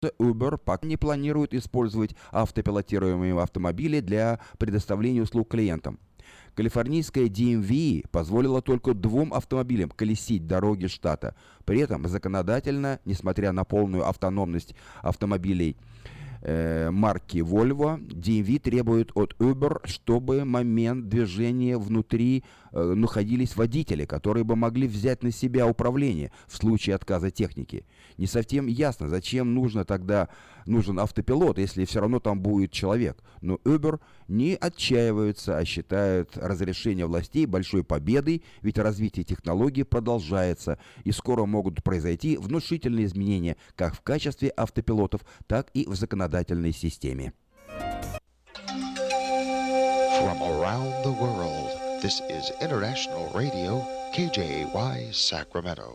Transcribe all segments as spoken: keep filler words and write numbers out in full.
Uber пока не планирует использовать автопилотируемые автомобили для предоставления услуг клиентам. Калифорнийская ди эм ви позволила только двум автомобилям колесить дороги штата. При этом законодательно, несмотря на полную автономность автомобилей э, марки Volvo, ди эм ви требует от Uber, чтобы в момент движения внутри э, находились водители, которые бы могли взять на себя управление в случае отказа техники. Не совсем ясно, зачем нужно тогда нужен автопилот, если все равно там будет человек. Но Uber не отчаиваются, а считают разрешение властей большой победой, ведь развитие технологий продолжается, и скоро могут произойти внушительные изменения как в качестве автопилотов, так и в законодательной системе. From around the world, this is International Radio, кей джей эй уай, Sacramento.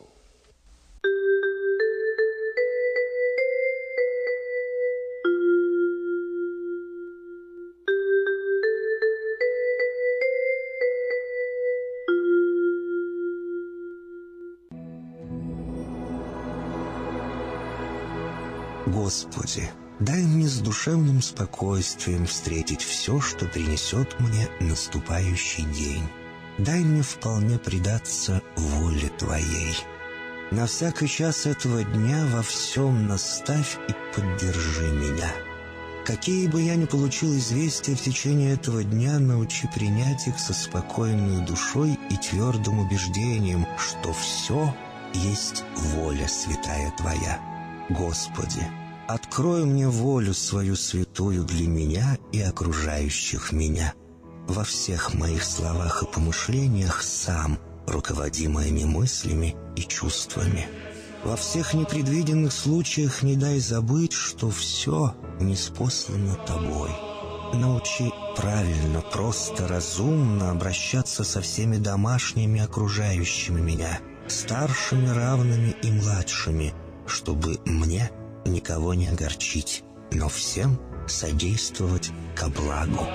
Господи, дай мне с душевным спокойствием встретить все, что принесет мне наступающий день. Дай мне вполне предаться воле Твоей. На всякий час этого дня во всем наставь и поддержи меня. Какие бы я ни получил известия в течение этого дня, научи принять их со спокойной душой и твердым убеждением, что все есть воля святая Твоя. Господи, открой мне волю свою святую для меня и окружающих меня. Во всех моих словах и помышлениях сам, руководи моими мыслями и чувствами. Во всех непредвиденных случаях не дай забыть, что все ниспослано Тобой. Научи правильно, просто, разумно обращаться со всеми домашними окружающими меня, старшими, равными и младшими, чтобы мне никого не огорчить, но всем содействовать ко благу.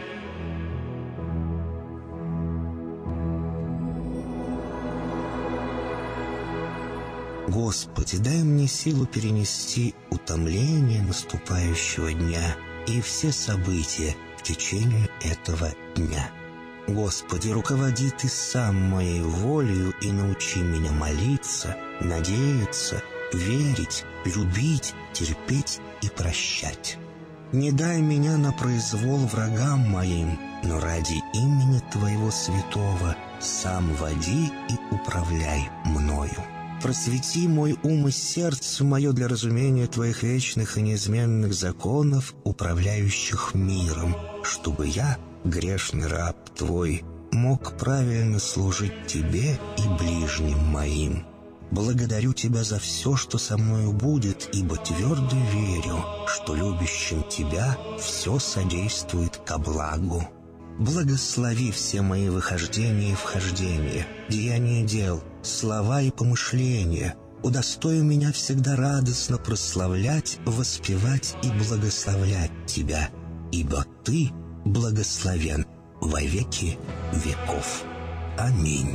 Господи, дай мне силу перенести утомление наступающего дня и все события в течение этого дня. Господи, руководи Ты сам моей волею и научи меня молиться, надеяться, верить, любить, терпеть и прощать. Не дай меня на произвол врагам моим, но ради имени Твоего святого сам води и управляй мною. Просвети мой ум и сердце мое для разумения Твоих вечных и неизменных законов, управляющих миром, чтобы я, грешный раб Твой, мог правильно служить Тебе и ближним моим. Благодарю Тебя за все, что со мною будет, ибо твердо верю, что любящим Тебя все содействует ко благу. Благослови все мои выхождения и вхождения, деяния дел, слова и помышления. Удостой меня всегда радостно прославлять, воспевать и благословлять Тебя, ибо Ты благословен во веки веков. Аминь.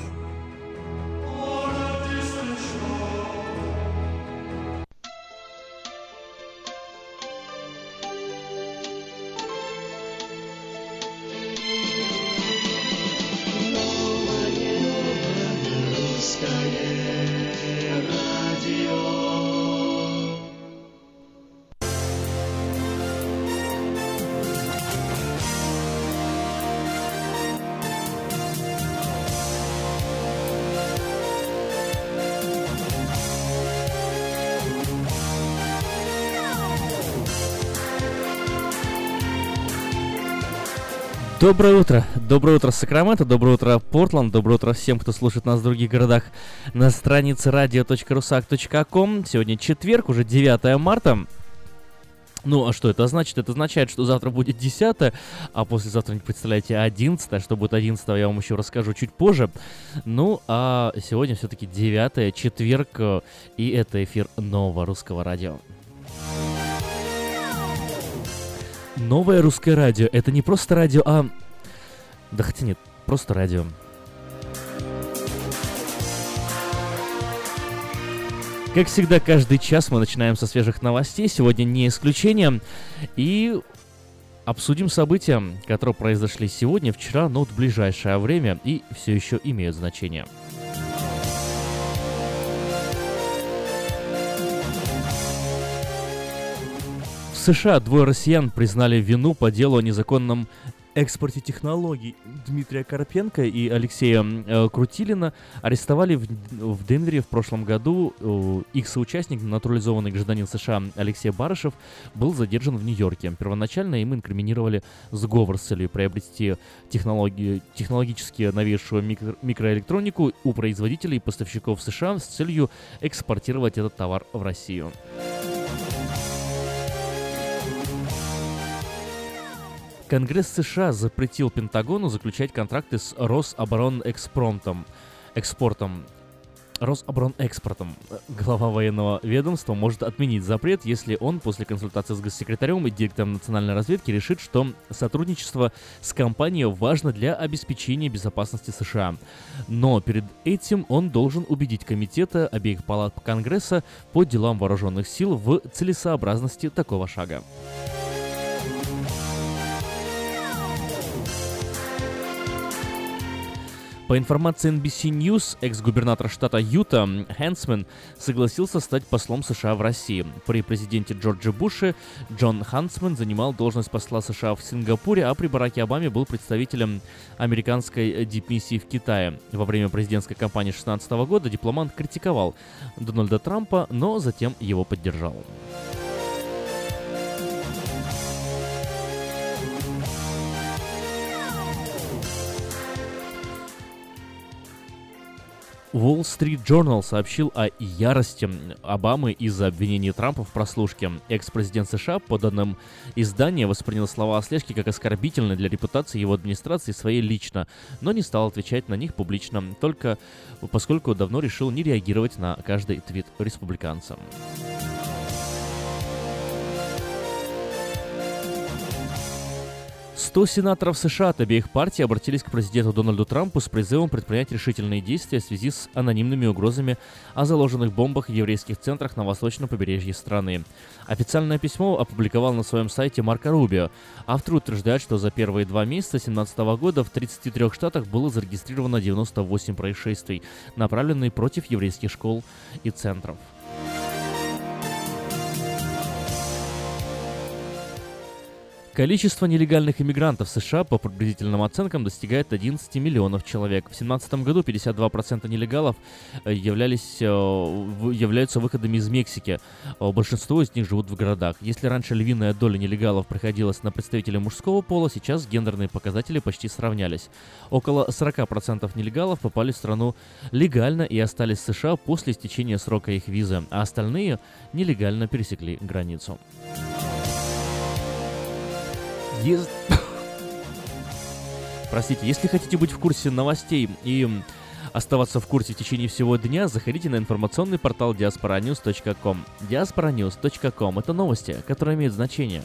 Доброе утро, доброе утро, Сакраменто, доброе утро, Портланд, доброе утро всем, кто слушает нас в других городах на странице радио точка русак точка ком. Сегодня четверг, уже девятое марта. Ну, а что это значит? Это означает, что завтра будет десятое, а послезавтра, не представляете, одиннадцатое. Что будет одиннадцатого, я вам еще расскажу чуть позже. Ну, а сегодня все-таки девятое, четверг, и это эфир Нового Русского Радио. Новое Русское Радио. Это не просто радио, а... Да хотя нет, просто радио. Как всегда, каждый час мы начинаем со свежих новостей. Сегодня не исключение. И обсудим события, которые произошли сегодня, вчера, но в ближайшее время и все еще имеют значение. В США двое россиян признали вину по делу о незаконном экспорте технологий. Дмитрия Карпенко и Алексея э, Крутилина арестовали в, в Денвере в прошлом году. Э, их соучастник, натурализованный гражданин США Алексей Барышев, был задержан в Нью-Йорке. Первоначально им инкриминировали сговор с целью приобрести технологии, технологически новейшую микро, микроэлектронику у производителей и поставщиков США с целью экспортировать этот товар в Россию. Конгресс США запретил Пентагону заключать контракты с Рособоронэкспортом. Экспортом. Рособоронэкспортом. Глава военного ведомства может отменить запрет, если он после консультации с госсекретарем и директором национальной разведки решит, что сотрудничество с компанией важно для обеспечения безопасности США. Но перед этим он должен убедить комитеты обеих палат Конгресса по делам вооруженных сил в целесообразности такого шага. По информации эн би си News, экс-губернатор штата Юта Хэнсмен согласился стать послом США в России. При президенте Джорджа Буше Джон Хэнсмен занимал должность посла США в Сингапуре, а при Бараке Обаме был представителем американской дипмиссии в Китае. Во время президентской кампании две тысячи шестнадцатого года дипломат критиковал Дональда Трампа, но затем его поддержал. Wall Street Journal сообщил о ярости Обамы из-за обвинений Трампа в прослушке. Экс-президент США, по данным издания, воспринял слова о слежке как оскорбительные для репутации его администрации своей лично, но не стал отвечать на них публично, только поскольку давно решил не реагировать на каждый твит республиканца. сто сенаторов США от обеих партий обратились к президенту Дональду Трампу с призывом предпринять решительные действия в связи с анонимными угрозами о заложенных бомбах в еврейских центрах на восточном побережье страны. Официальное письмо опубликовал на своем сайте Марко Рубио. Автор утверждает, что за первые два месяца две тысячи семнадцатого года в тридцати трёх штатах было зарегистрировано девяносто восемь происшествий, направленных против еврейских школ и центров. Количество нелегальных иммигрантов в США по приблизительным оценкам достигает одиннадцати миллионов человек. В две тысячи семнадцатом году пятьдесят два процента нелегалов являлись, являются выходами из Мексики. Большинство из них живут в городах. Если раньше львиная доля нелегалов приходилась на представителей мужского пола, сейчас гендерные показатели почти сравнялись. Около сорок процентов нелегалов попали в страну легально и остались в США после истечения срока их визы, а остальные нелегально пересекли границу. Ез... Простите, если хотите быть в курсе новостей и оставаться в курсе в течение всего дня, заходите на информационный портал диаспора ньюс точка ком. диаспора ньюс точка ком — это новости, которые имеют значение.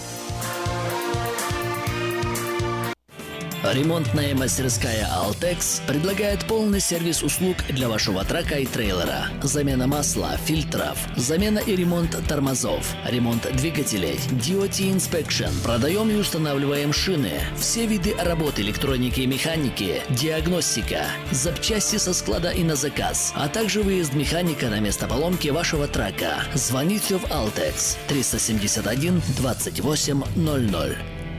Ремонтная мастерская «Алтекс» предлагает полный сервис услуг для вашего трака и трейлера. Замена масла, фильтров, замена и ремонт тормозов, ремонт двигателей, ди о ти Inspection. Продаем и устанавливаем шины, все виды работы электроники и механики, диагностика, запчасти со склада и на заказ, а также выезд механика на место поломки вашего трака. Звоните в «Алтекс» триста семьдесят один двадцать восемь ноль ноль.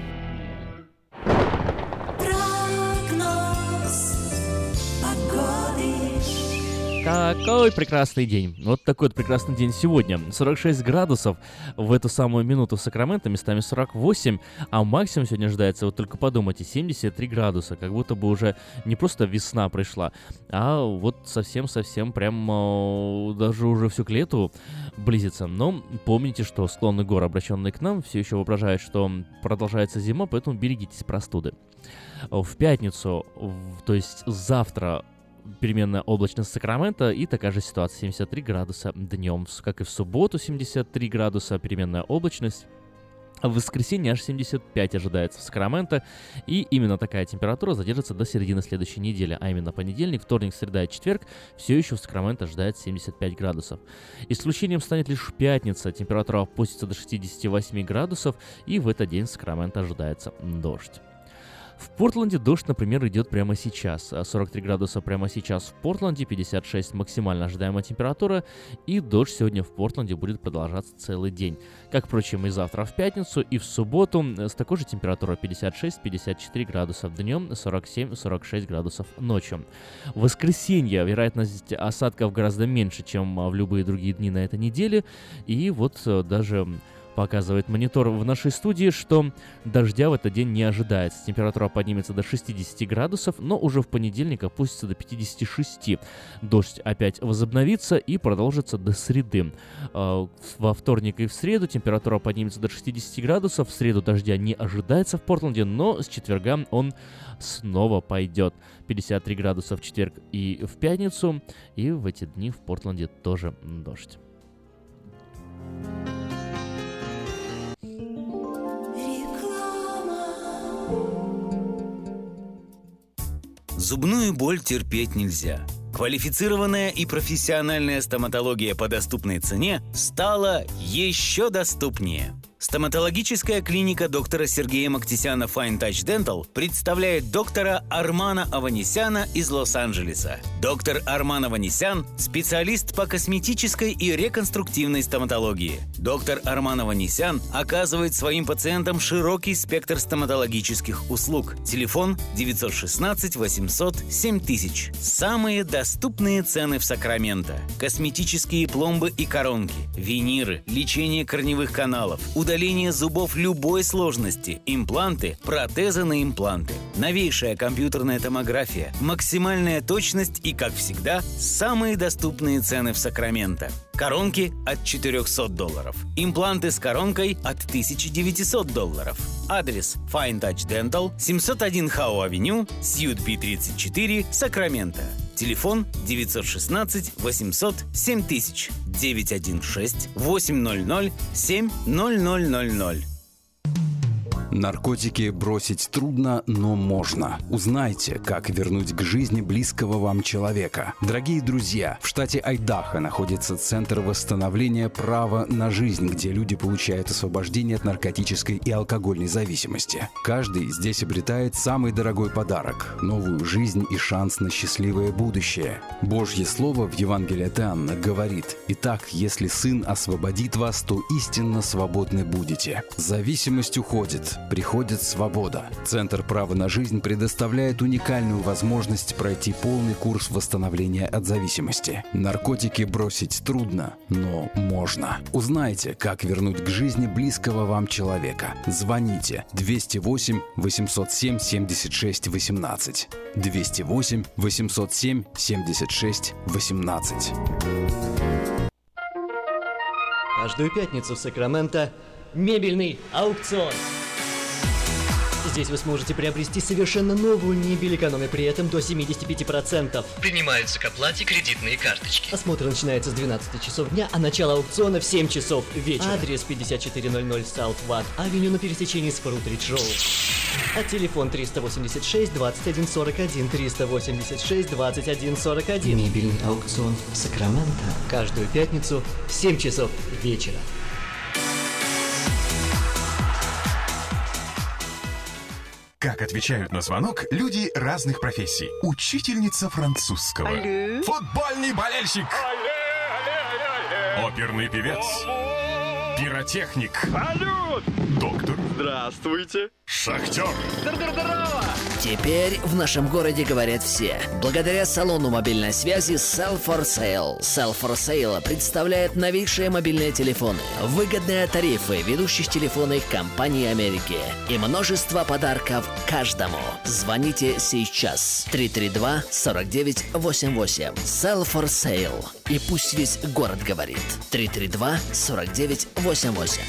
Какой прекрасный день. Вот такой вот прекрасный день сегодня. сорок шесть градусов в эту самую минуту в Сакраменто, местами сорок восемь, а максимум сегодня ожидается, вот только подумайте, семьдесят три градуса. Как будто бы уже не просто весна пришла, а вот совсем-совсем прям э, даже уже все к лету близится. Но помните, что склоны гор, обращенные к нам, все еще воображают, что продолжается зима, поэтому берегитесь простуды. В пятницу, в, то есть завтра, переменная облачность Сакрамента и такая же ситуация, семьдесят три градуса днем, как и в субботу семьдесят три градуса, переменная облачность. А в воскресенье аж семьдесят пять ожидается в Сакраменто, и именно такая температура задержится до середины следующей недели, а именно понедельник, вторник, среда и четверг все еще в Сакраменто ожидает семьдесят пять градусов. Исключением станет лишь пятница, температура опустится до шестьдесят восемь градусов, и в этот день в Сакраменто ожидается дождь. В Портленде дождь, например, идет прямо сейчас. сорок три градуса прямо сейчас в Портленде, пятьдесят шесть максимально ожидаемая температура, и дождь сегодня в Портленде будет продолжаться целый день. Как, впрочем, и завтра в пятницу, и в субботу с такой же температурой пятьдесят шесть пятьдесят четыре градуса днем, сорок семь сорок шесть градусов ночью. В воскресенье вероятность осадков гораздо меньше, чем в любые другие дни на этой неделе, и вот даже... Показывает монитор в нашей студии, что дождя в этот день не ожидается. Температура поднимется до шестьдесят градусов, но уже в понедельник опустится до пятьдесят шесть. Дождь опять возобновится и продолжится до среды. Во вторник и в среду температура поднимется до шестьдесят градусов. В среду дождя не ожидается в Портленде, но с четверга он снова пойдет. пятьдесят три градуса в четверг и в пятницу. И в эти дни в Портленде тоже дождь. Зубную боль терпеть нельзя. Квалифицированная и профессиональная стоматология по доступной цене стала еще доступнее. Стоматологическая клиника доктора Сергея Мактисяна Fine Touch Dental представляет доктора Армана Аванесяна из Лос-Анджелеса. Доктор Арман Аванесян – специалист по косметической и реконструктивной стоматологии. Доктор Арман Аванесян оказывает своим пациентам широкий спектр стоматологических услуг. Телефон девятьсот шестнадцать восемьсот семь тысяч. Самые доступные цены в Сакраменто. Косметические пломбы и коронки, виниры, лечение корневых каналов, удаление зубов любой сложности, импланты, протезы на импланты, новейшая компьютерная томография, максимальная точность и, как всегда, самые доступные цены в Сакраменто. Коронки от четырехсот долларов. Импланты с коронкой от тысяча девятьсот долларов. Адрес Fine Touch Dental, семьсот один Хау-авеню, Сьют Би тридцать четыре, Сакраменто. Телефон девятьсот шестнадцать восемьсот семь тысяч, девятьсот шестнадцать восемьсот семь ноль ноль ноль ноль. Наркотики бросить трудно, но можно. Узнайте, как вернуть к жизни близкого вам человека. Дорогие друзья, в штате Айдахо находится Центр восстановления права на жизнь, где люди получают освобождение от наркотической и алкогольной зависимости. Каждый здесь обретает самый дорогой подарок – новую жизнь и шанс на счастливое будущее. Божье Слово в Евангелии от Иоанна говорит: «Итак, если Сын освободит вас, то истинно свободны будете». Зависимость уходит. Приходит свобода. Центр права на жизнь предоставляет уникальную возможность пройти полный курс восстановления от зависимости. Наркотики бросить трудно, но можно. Узнайте, как вернуть к жизни близкого вам человека. Звоните двести восемь восемьсот семь семьдесят шесть восемнадцать. двести восемь восемьсот семь семьдесят шесть восемнадцать. Каждую пятницу в Сакраменто мебельный аукцион. Здесь вы сможете приобрести совершенно новую мебель, экономя при этом до семьдесят пять процентов. Принимаются к оплате кредитные карточки. Осмотр начинается с двенадцати часов дня, а начало аукциона в семь часов вечера. Адрес пятьдесят четыре ноль ноль South Watt Avenue на пересечении с Фрутридж Роуд. А телефон триста восемьдесят шесть двадцать один сорок один, триста восемьдесят шесть двадцать один сорок один. Мебельный аукцион Сакраменто. Каждую пятницу в семь часов вечера. Как отвечают на звонок люди разных профессий. Учительница французского. Алле. Футбольный болельщик. Алле, алле, алле. Оперный певец. Алло. Пиротехник. Салют. Доктор. Здравствуйте. Шахтер. Здорово. Теперь в нашем городе говорят все. Благодаря салону мобильной связи Sell for Sale. Sell for Sale представляет новейшие мобильные телефоны, выгодные тарифы ведущих телефонных компаний Америки и множество подарков каждому. Звоните сейчас. три три два сорок девять восемьдесят восемь. Sell for Sale. И пусть весь город говорит. три три два сорок девять восемьдесят восемь.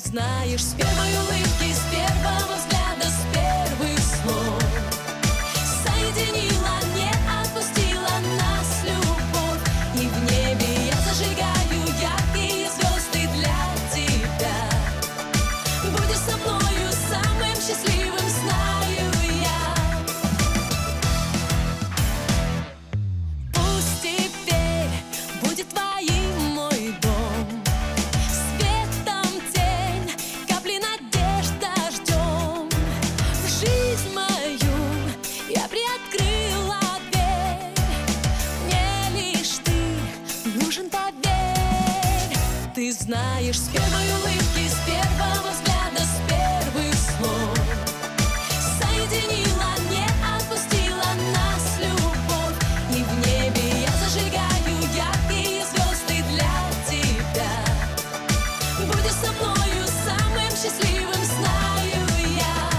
знаешь, с первой улыбки, с первого взгляда, с первых слов соединила, не отпустила нас любовь. И в небе я зажигаю яркие звезды для тебя. Будешь со мною самым счастливым, знаю я. Пусть теперь будет твоим мой дом, светом тень, капли надежда ждем. В жизнь мою я приоткрыла дверь, мне лишь ты нужен, поверь. Ты знаешь, с первой улыбки, с первого взгляда, с первых слов соединила, не отпустила нас любовь. И в небе я зажигаю яркие звезды для тебя. Будешь со мною самым счастливым, знаю я.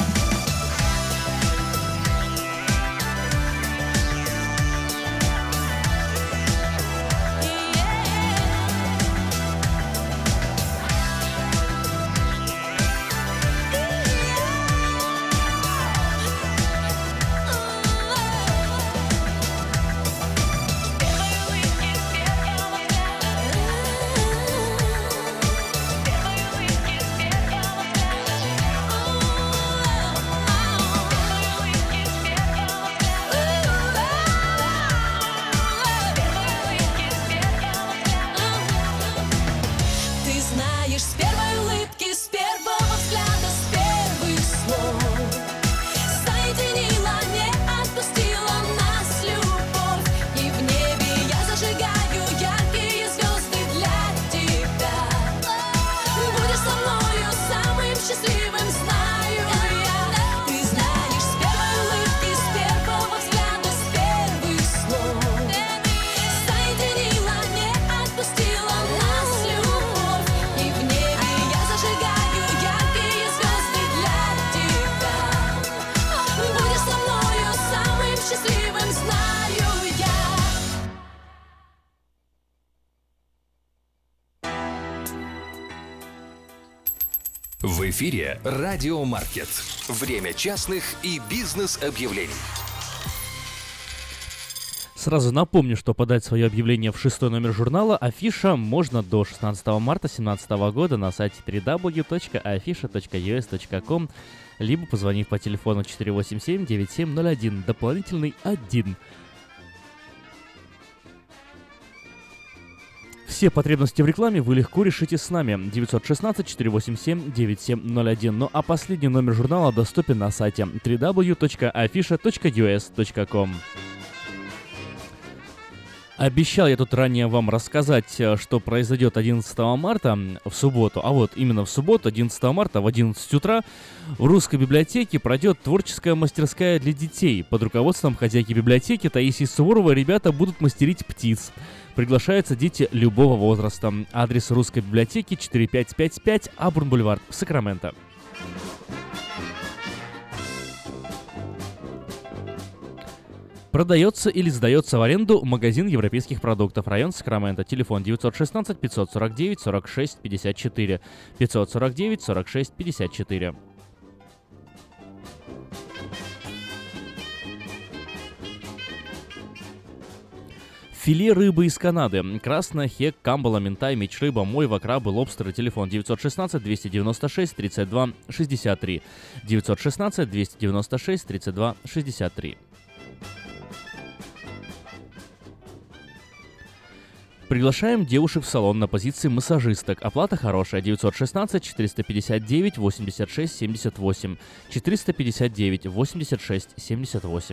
Ты знаешь, с первой улыбки, с первого взгляда, с первых слов соединила, не отпустила нас любовь. И в небе я зажигаю яркие звезды для тебя. Будешь со мною самым счастливым, знаю я. Ты знаешь, с первой улыбки, с первого взгляда, с первых слов соединила, не отпустила нас любовь. И в небе я зажигаю яркие звезды для тебя. Будешь со мною самым счастливым, знаю я. В эфире Радио Маркет. Время частных и бизнес-объявлений. Сразу напомню, что подать свое объявление в шестой номер журнала «Афиша» можно до шестнадцатого марта две тысячи семнадцатого года на сайте дабл ю дабл ю дабл ю точка афиша точка ю эс точка ком, либо позвонив по телефону четыре восемь семь девять семь ноль один, дополнительный один. Все потребности в рекламе вы легко решите с нами. девять один шесть четыре восемь семь девять семь ноль один. Ну а последний номер журнала доступен на сайте дабл ю дабл ю дабл ю точка афиша точка ю эс точка ком. Обещал я тут ранее вам рассказать, что произойдет одиннадцатого марта в субботу. А вот именно в субботу, одиннадцатого марта в одиннадцать утра в Русской библиотеке пройдет творческая мастерская для детей. Под руководством хозяйки библиотеки Таисии Суворовой ребята будут мастерить птиц. Приглашаются дети любого возраста. Адрес Русской библиотеки четыре пять пять пять Абурн-Бульвар, Сакраменто. Продается или сдается в аренду магазин европейских продуктов. Район Сакраменто. Телефон девять один шесть пять сорок девять сорок шесть пятьдесят четыре. пятьсот сорок девять сорок шесть пятьдесят четыре. Филе рыбы из Канады. Красная, хек, камбала, минтай, меч рыба, мойва, крабы, лобстеры. Телефон девять один шесть двести девяносто шесть тридцать два шестьдесят три. девять один шесть двести девяносто шесть тридцать два шестьдесят три. Приглашаем девушек в салон на позиции массажисток. Оплата хорошая. девять один шесть четыреста пятьдесят девять восемьдесят шесть семьдесят восемь. четыреста пятьдесят девять восемьдесят шесть семьдесят восемь.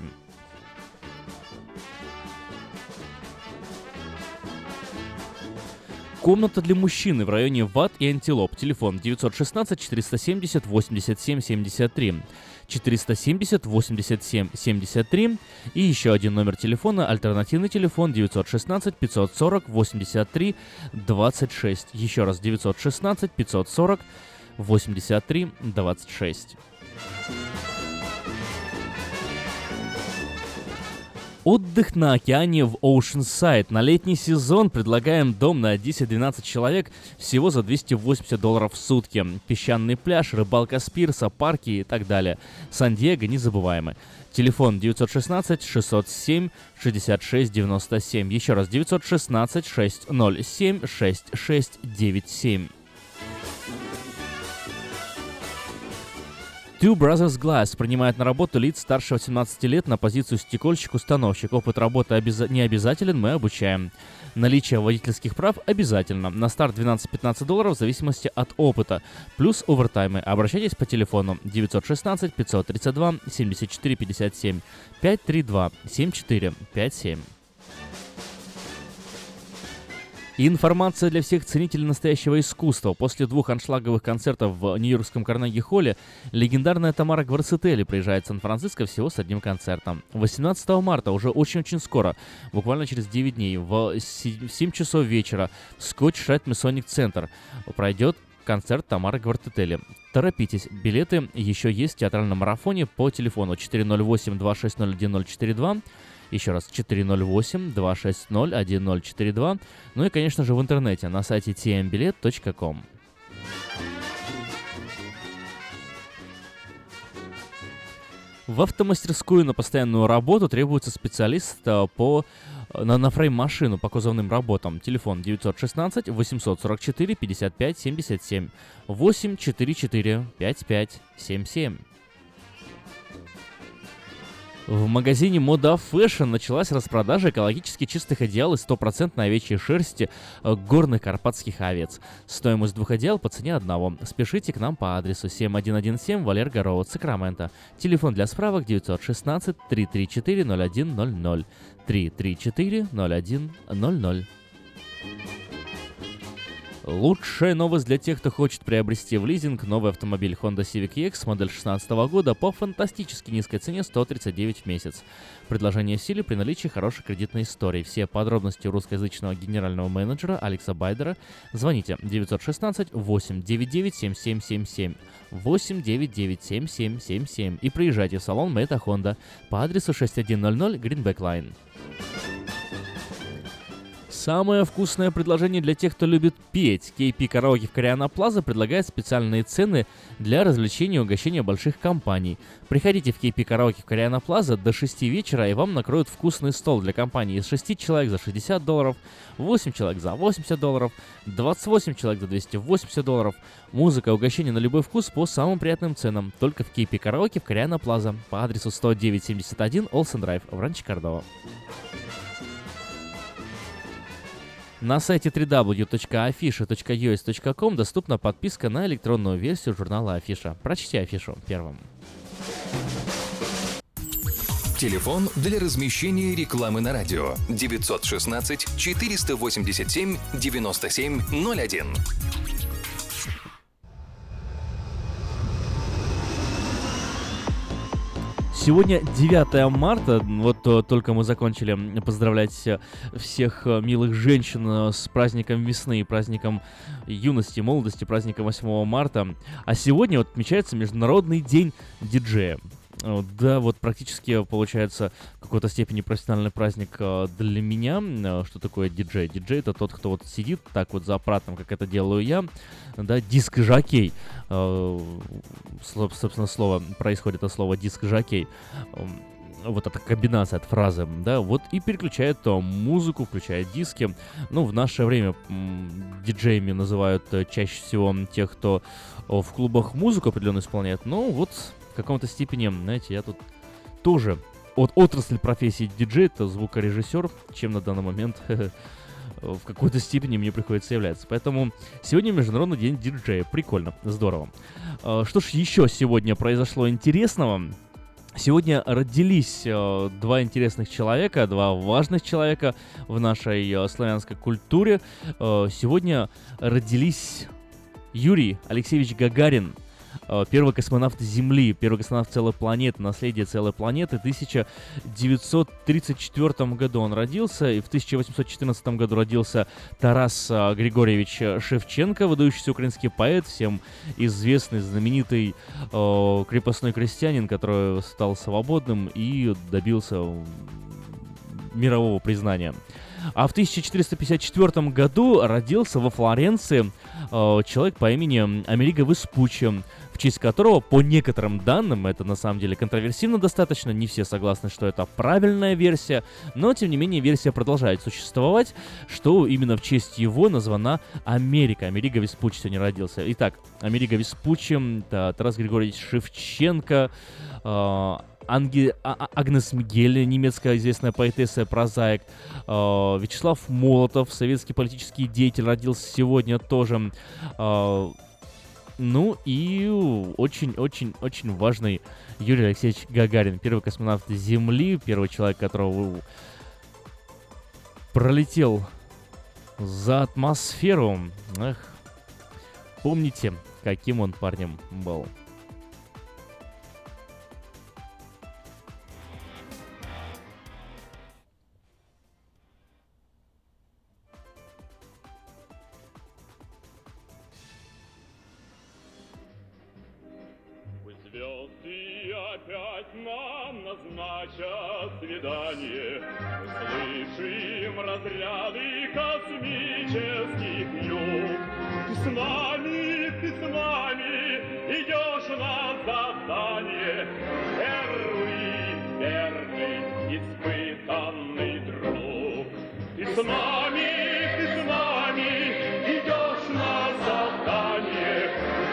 Комната для мужчины в районе Ват и Антилоп. Телефон девять один шесть четыреста семьдесят восемьдесят семь семьдесят три. четыреста семьдесят восемьдесят семь семьдесят три. И еще один номер телефона, альтернативный телефон девять один шесть пятьсот сорок восемьдесят три двадцать шесть. Еще раз девять один шесть пятьсот сорок восемьдесят три двадцать шесть. Отдых на океане в Оушенсайд. На летний сезон предлагаем дом на десять-двенадцать человек всего за двести восемьдесят долларов в сутки. Песчаный пляж, рыбалка с пирса, парки и так далее. Сан-Диего незабываемый. Телефон девять один шесть шестьсот семь шестьдесят шесть девяносто семь. Еще раз, девять один шесть шестьсот семь шесть шесть девять семь. Two Brothers Glass принимает на работу лиц старше восемнадцати лет на позицию стекольщик-установщик. Опыт работы обяза- не обязателен, мы обучаем. Наличие водительских прав обязательно. На старт двенадцать-пятнадцать долларов в зависимости от опыта. Плюс овертаймы. Обращайтесь по телефону девять один шесть пятьсот тридцать два семьдесят четыре пятьдесят семь пять три два семь четыре пять семь. И информация для всех ценителей настоящего искусства. После двух аншлаговых концертов в нью-йоркском Карнеги-холле легендарная Тамара Гварцетели приезжает в Сан-Франциско всего с одним концертом. восемнадцатого марта, уже очень-очень скоро, буквально через девять дней, в семь часов вечера в Scotch Rite Masonic Center пройдет концерт Тамары Гварцетели. Торопитесь, билеты еще есть в театральном марафоне по телефону четыре ноль восемь два шесть ноль один ноль четыре два. Еще раз, четыре ноль восемь два шесть ноль один ноль четыре два. Ну и, конечно же, в интернете на сайте ти эм билет точка ком. В автомастерскую на постоянную работу требуется специалист по, на, на фрейм-машину по кузовным работам. Телефон девять один шесть восемь сорок четыре пятьдесят пять семьдесят семь восемь четыре четыре пять пять семь семь. В магазине Moda Fashion началась распродажа экологически чистых одеял из стопроцентной овечьей шерсти горных карпатских овец. Стоимость двух одеял по цене одного. Спешите к нам по адресу семь один семь Валерго Роуд, Сакраменто. Телефон для справок девять один шесть три три четыре ноль один ноль ноль три три четыре ноль один ноль ноль. Лучшая новость для тех, кто хочет приобрести в лизинг новый автомобиль Honda Civic и экс модель шестнадцатого года по фантастически низкой цене сто тридцать девять в месяц. Предложение в силе при наличии хорошей кредитной истории. Все подробности у русскоязычного генерального менеджера Алекса Байдера. Звоните девять один шесть восемь девять девять семь семь семь семь восемь девять девять семь семь семь семь и приезжайте в салон Мэйта Honda по адресу шесть тысяч сто Greenback Line. Самое вкусное предложение для тех, кто любит петь. кей пи Караоке в Кориана Плаза предлагает специальные цены для развлечения и угощения больших компаний. Приходите в кей пи Караоке в Кориана Плаза до шести вечера, и вам накроют вкусный стол для компании из шести человек за шестьдесят долларов, восемь человек за восемьдесят долларов, двадцать восемь человек за двести восемьдесят долларов. Музыка и угощение на любой вкус по самым приятным ценам. Только в кей пи Караоке в Кориана Плаза по адресу сто девять семьдесят один Олсен Драйв в Ранчо Кордова. На сайте дабл ю дабл ю дабл ю точка афиша точка ю эс точка ком доступна подписка на электронную версию журнала Афиша. Прочти афишу первым. Телефон для размещения рекламы на радио девять один шесть четыреста восемьдесят семь девяносто семь ноль один. Сегодня девятое марта, вот только мы закончили поздравлять всех милых женщин с праздником весны, праздником юности, молодости, праздником восьмого марта. А сегодня вот отмечается Международный день диджея. Да, вот практически получается в какой-то степени профессиональный праздник для меня. Что такое диджей? Диджей — это тот, кто вот сидит так вот за аппаратом, как это делаю я. Да, диск-жокей. Собственно, слово происходит от слова диск-жокей. Вот эта комбинация от фразы, да, вот и переключает то музыку, включает диски. Ну, в наше время м, диджеями называют чаще всего тех, кто в клубах музыку определенно исполняет. Но вот в каком-то степени, знаете, я тут тоже от отрасль профессии диджей, это звукорежиссер, чем на данный момент в какой-то степени мне приходится являться. Поэтому сегодня Международный день диджея. Прикольно, здорово. Что ж еще сегодня произошло интересного? Сегодня родились э, два интересных человека, два важных человека в нашей э, славянской культуре. Э, сегодня родились Юрий Алексеевич Гагарин, э, первый космонавт Земли, первый космонавт целой планеты, наследие целой планеты. В тысяча девятьсот тридцать четвёртом году он родился, и в тысяча восемьсот четырнадцатом году родился Тарас э, Григорьевич Шевченко, выдающийся украинский поэт, всем известный, знаменитый э, крепостной крестьянин, который стал свободным и добился мирового признания. А в тысяча четыреста пятьдесят четвёртом году родился во Флоренции э, человек по имени Америго Веспуччи, в честь которого, по некоторым данным, это на самом деле контроверсивно достаточно, не все согласны, что это правильная версия, но тем не менее версия продолжает существовать, что именно в честь его названа Америка. Америго Веспуччи сегодня родился. Итак, Америго Веспуччи, Тарас Григорьевич Шевченко, э, Анги... А- Агнес Мигель, немецкая известная поэтесса и прозаик, э, Вячеслав Молотов, советский политический деятель, родился сегодня тоже. Э, ну и очень-очень-очень важный Юрий Алексеевич Гагарин, первый космонавт Земли, первый человек, которого пролетел за атмосферу. Эх, помните, каким он парнем был. Звезды опять нам назначат свидание. Мы слышим разряды космических юг. Ты с нами, ты с нами идешь на задание. Первый, верный, испытанный друг. Ты с нами, ты с нами идешь на задание.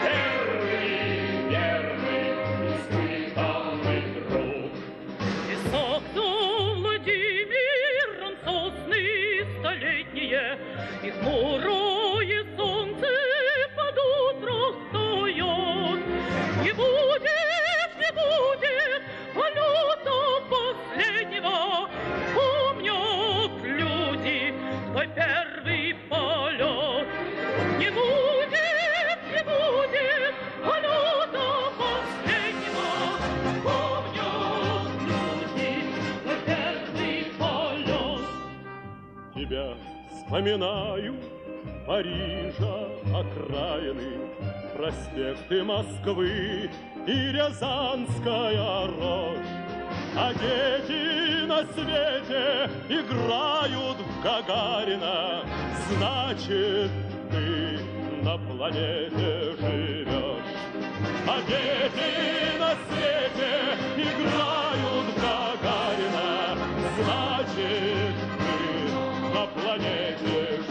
Первый, верный, испытанный друг. Песок за Владимиром, сосны столетние, и хмурое солнце под утро встает. Не будет, не будет полета последнего, помнят люди твой первый полет. Не будет, не будет полета последнего, помнят люди твой первый полет. Тебя вспоминаю, Парижа окраины, проспекты Москвы и Рязанская рожь. А дети на свете играют в Гагарина, значит, ты на планете живешь. А дети на свете играют в Гагарина, значит, ты на планете живешь.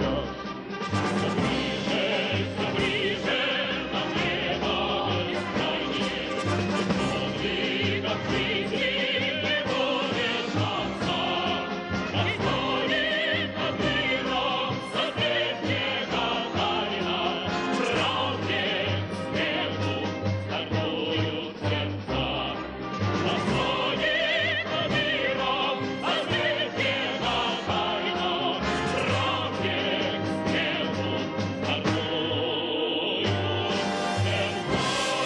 Все ближе, все ближе, нам небо бескрайнее. Подвигов жизни не будет конца. Расходит над миром созвездие Гагарина. Правде к свету стартуют сердца. Расходит над миром созвездие Гагарина. Правде к свету стартуют сердца.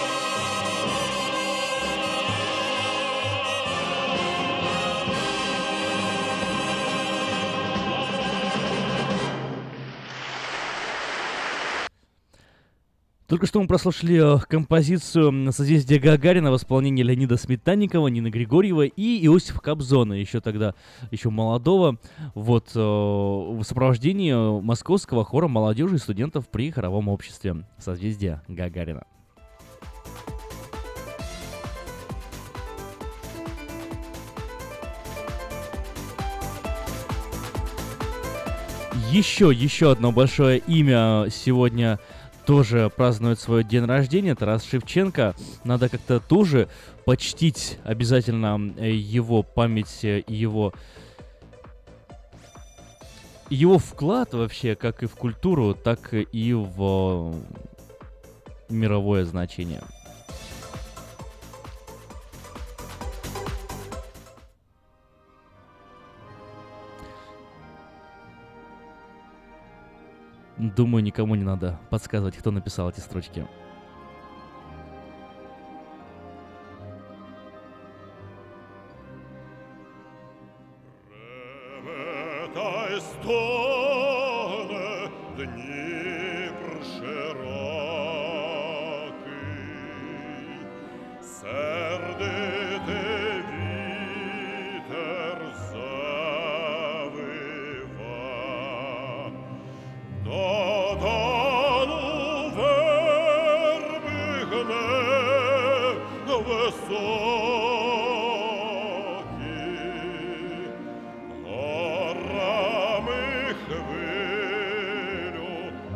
Только что мы прослушали э, композицию «Созвездие Гагарина» в исполнении Леонида Сметанникова, Нины Григорьева и Иосифа Кобзона, еще тогда, еще молодого, вот, э, в сопровождении московского хора молодежи и студентов при хоровом обществе «Созвездие Гагарина». Еще, еще одно большое имя сегодня тоже празднует свой день рождения. Тарас Шевченко. Надо как-то тоже почтить обязательно его память и его, его вклад вообще как и в культуру, так и в мировое значение. Думаю, никому не надо подсказывать, кто написал эти строчки. Сердити вітер за горам и хвилю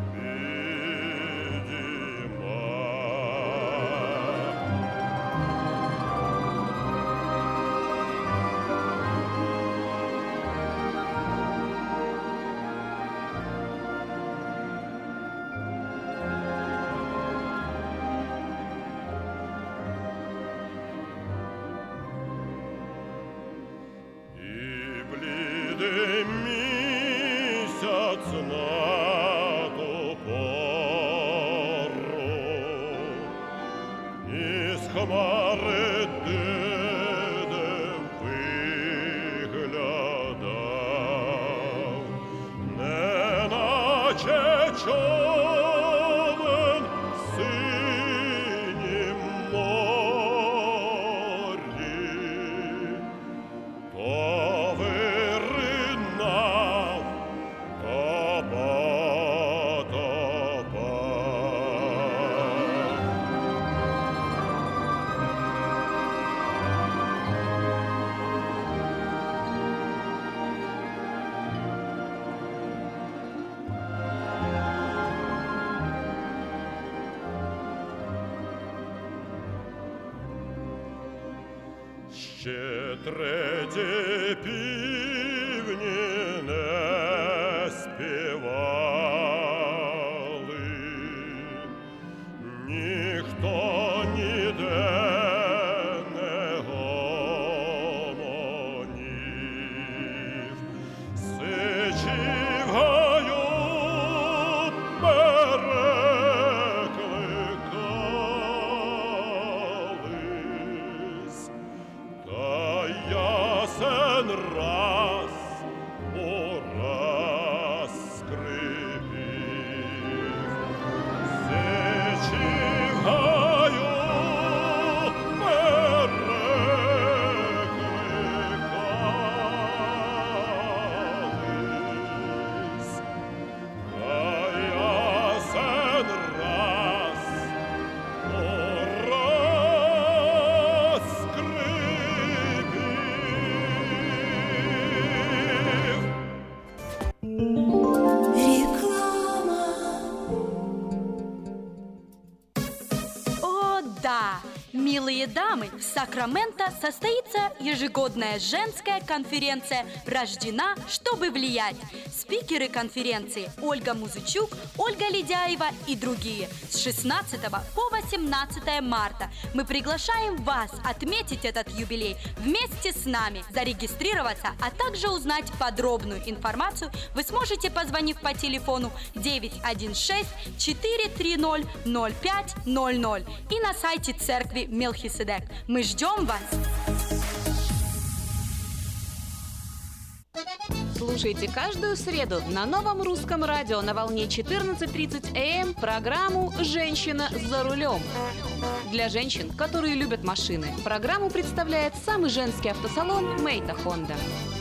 підійма. Блідий місяць на ту пору із хмари дидем виглядав, неначе човен в синім морі. То виринав, то потопав. Ще треті півні не співали, ніхто ніде не гомонів. Сичі в гаю перекликались, та ясен раз ураз скрипів. Сичі в гаю перекликались, та ясен раз ураз скрипів. О, да! Милые дамы, в Сакраменто состоится ежегодная женская конференция «Рождена, чтобы влиять». Спикеры конференции Ольга Музычук, Ольга Ледяева и другие. С шестнадцатого по восемнадцатое марта мы приглашаем вас отметить этот юбилей вместе с нами. Зарегистрироваться, а также узнать подробную информацию вы сможете, позвонив по телефону девять один шесть четыре три ноль ноль пять ноль ноль и на сайте церкви Мелхиседек. Мы ждем вас! Слушайте каждую среду на Новом русском радио на волне четырнадцать тридцать эй эм программу «Женщина за рулем». Для женщин, которые любят машины, программу представляет самый женский автосалон «Мейта Хонда».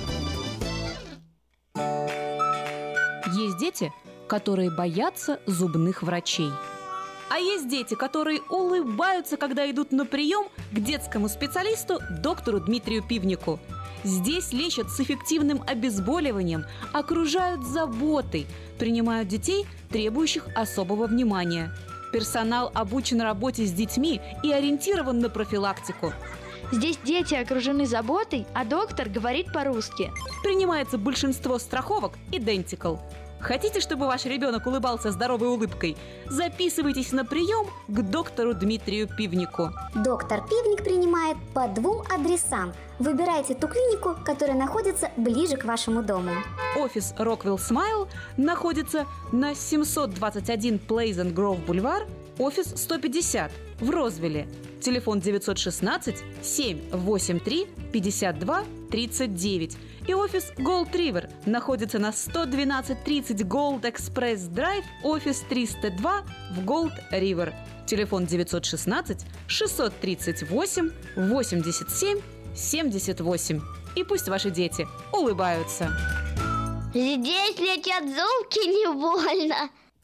Есть дети, которые боятся зубных врачей. А есть дети, которые улыбаются, когда идут на прием к детскому специалисту доктору Дмитрию Пивнику. Здесь лечат с эффективным обезболиванием, окружают заботой, принимают детей, требующих особого внимания. Персонал обучен работе с детьми и ориентирован на профилактику. Здесь дети окружены заботой, а доктор говорит по-русски. Принимается большинство страховок Identical. Хотите, чтобы ваш ребенок улыбался здоровой улыбкой? Записывайтесь на прием к доктору Дмитрию Пивнику. Доктор Пивник принимает по двум адресам. Выбирайте ту клинику, которая находится ближе к вашему дому. Офис Rockwell Smile находится на семьсот двадцать один Pleasant Grove Boulevard, офис сто пятьдесят в Розвилле. Телефон девятьсот шестнадцать семь восемь три пятьдесят два тридцать девять. И офис Gold River находится на сто двенадцать тридцать Gold Express Drive, офис триста два в Gold River. Телефон девятьсот шестнадцать шестьсот тридцать восемь восемьдесят семь семьдесят восемь. И пусть ваши дети улыбаются. Здесь летят зубки не больно.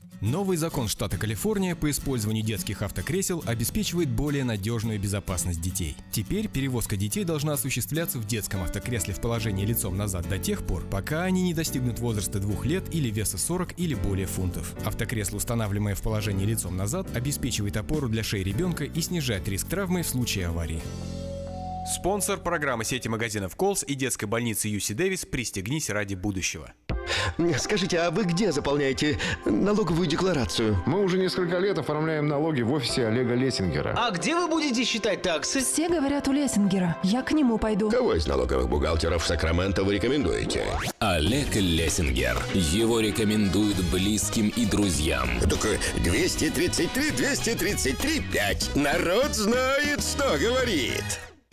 Новый закон штата Калифорния по использованию детских автокресел обеспечивает более надежную безопасность детей. Теперь перевозка детей должна осуществляться в детском автокресле в положении лицом назад до тех пор, пока они не достигнут возраста двух лет или веса сорок или более фунтов. Автокресло, устанавливаемое в положении лицом назад, обеспечивает опору для шеи ребенка и снижает риск травмы в случае аварии. Спонсор программы сети магазинов Колс и детской больницы ю си Дэвис «Пристегнись ради будущего». Скажите, а вы где заполняете налоговую декларацию? Мы уже несколько лет оформляем налоги в офисе Олега Лессингера. А где вы будете считать таксы? Все говорят у Лессингера. Я к нему пойду. Кого из налоговых бухгалтеров Сакраменто вы рекомендуете? Олег Лессингер. Его рекомендуют близким и друзьям. Так двести тридцать три, двести тридцать три, пять. Народ знает, что говорит.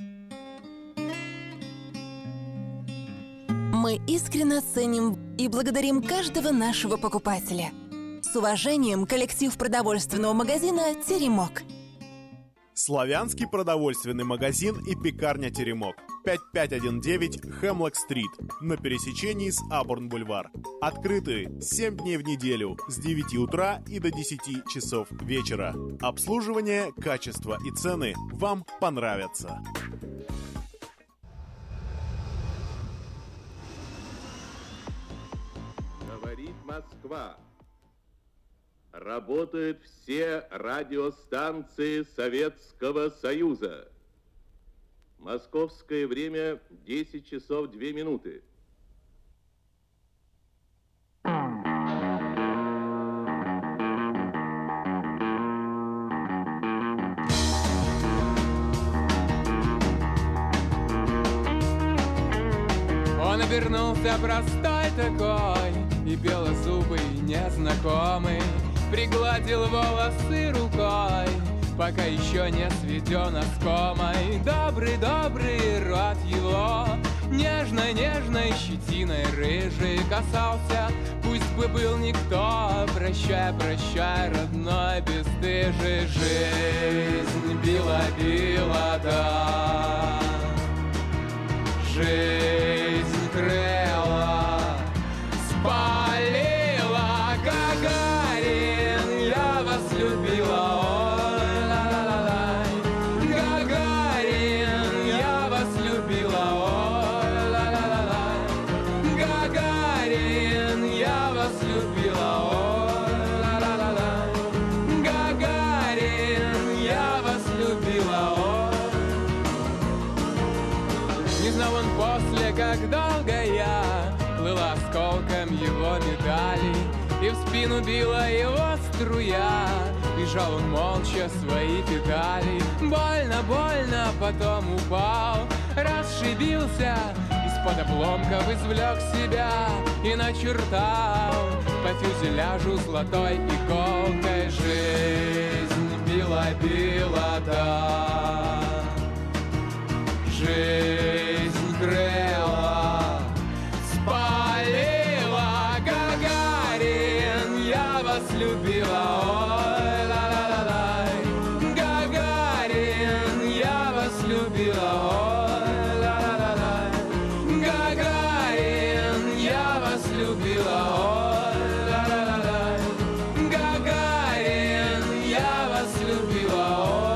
Мы искренне ценим и благодарим каждого нашего покупателя. С уважением, коллектив продовольственного магазина «Теремок». Славянский продовольственный магазин и пекарня «Теремок». пять пять один девять Хемлок-стрит на пересечении с Абурн-бульвар. Открыты семь дней в неделю с девяти утра и до десяти часов вечера. Обслуживание, качество и цены вам понравятся. Говорит Москва. Работают все радиостанции Советского Союза. Московское время десять часов две минуты. Он обернулся простой такой и белозубый незнакомый, пригладил волосы рукой, пока еще не сведен оскомой. Добрый-добрый рот его нежной-нежной щетиной рыжий касался. Пусть бы был никто, прощай, прощай, родной бесстыжий. Жизнь била-била, да, жизнь крыла, спалила. Гагарин, я вас любила, ой, ла-ла-ла-лай. Гагарин, я вас любила, ой, ла-ла-ла-лай. Гагарин, я вас любила, ой, ла-ла-ла-лай. Гагарин, я вас любила, ой. Не знал он после, как долго я плыла осколком его медали, и в спину била его струя, и жал он молча свои педали. Больно, больно, потом упал, расшибился, из-под обломков извлек себя и начертал по фюзеляжу золотой иголкой. Жизнь била-била, да, жизнь крыла, спалила. Гагарин, я вас любила, ой, ла-ла-ла-лай. Гагарин, я вас любила, ой, ла-ла-ла-лай. Гагарин, я вас любила, ой, ла-ла-ла-лай. Гагарин, я вас любила, ой.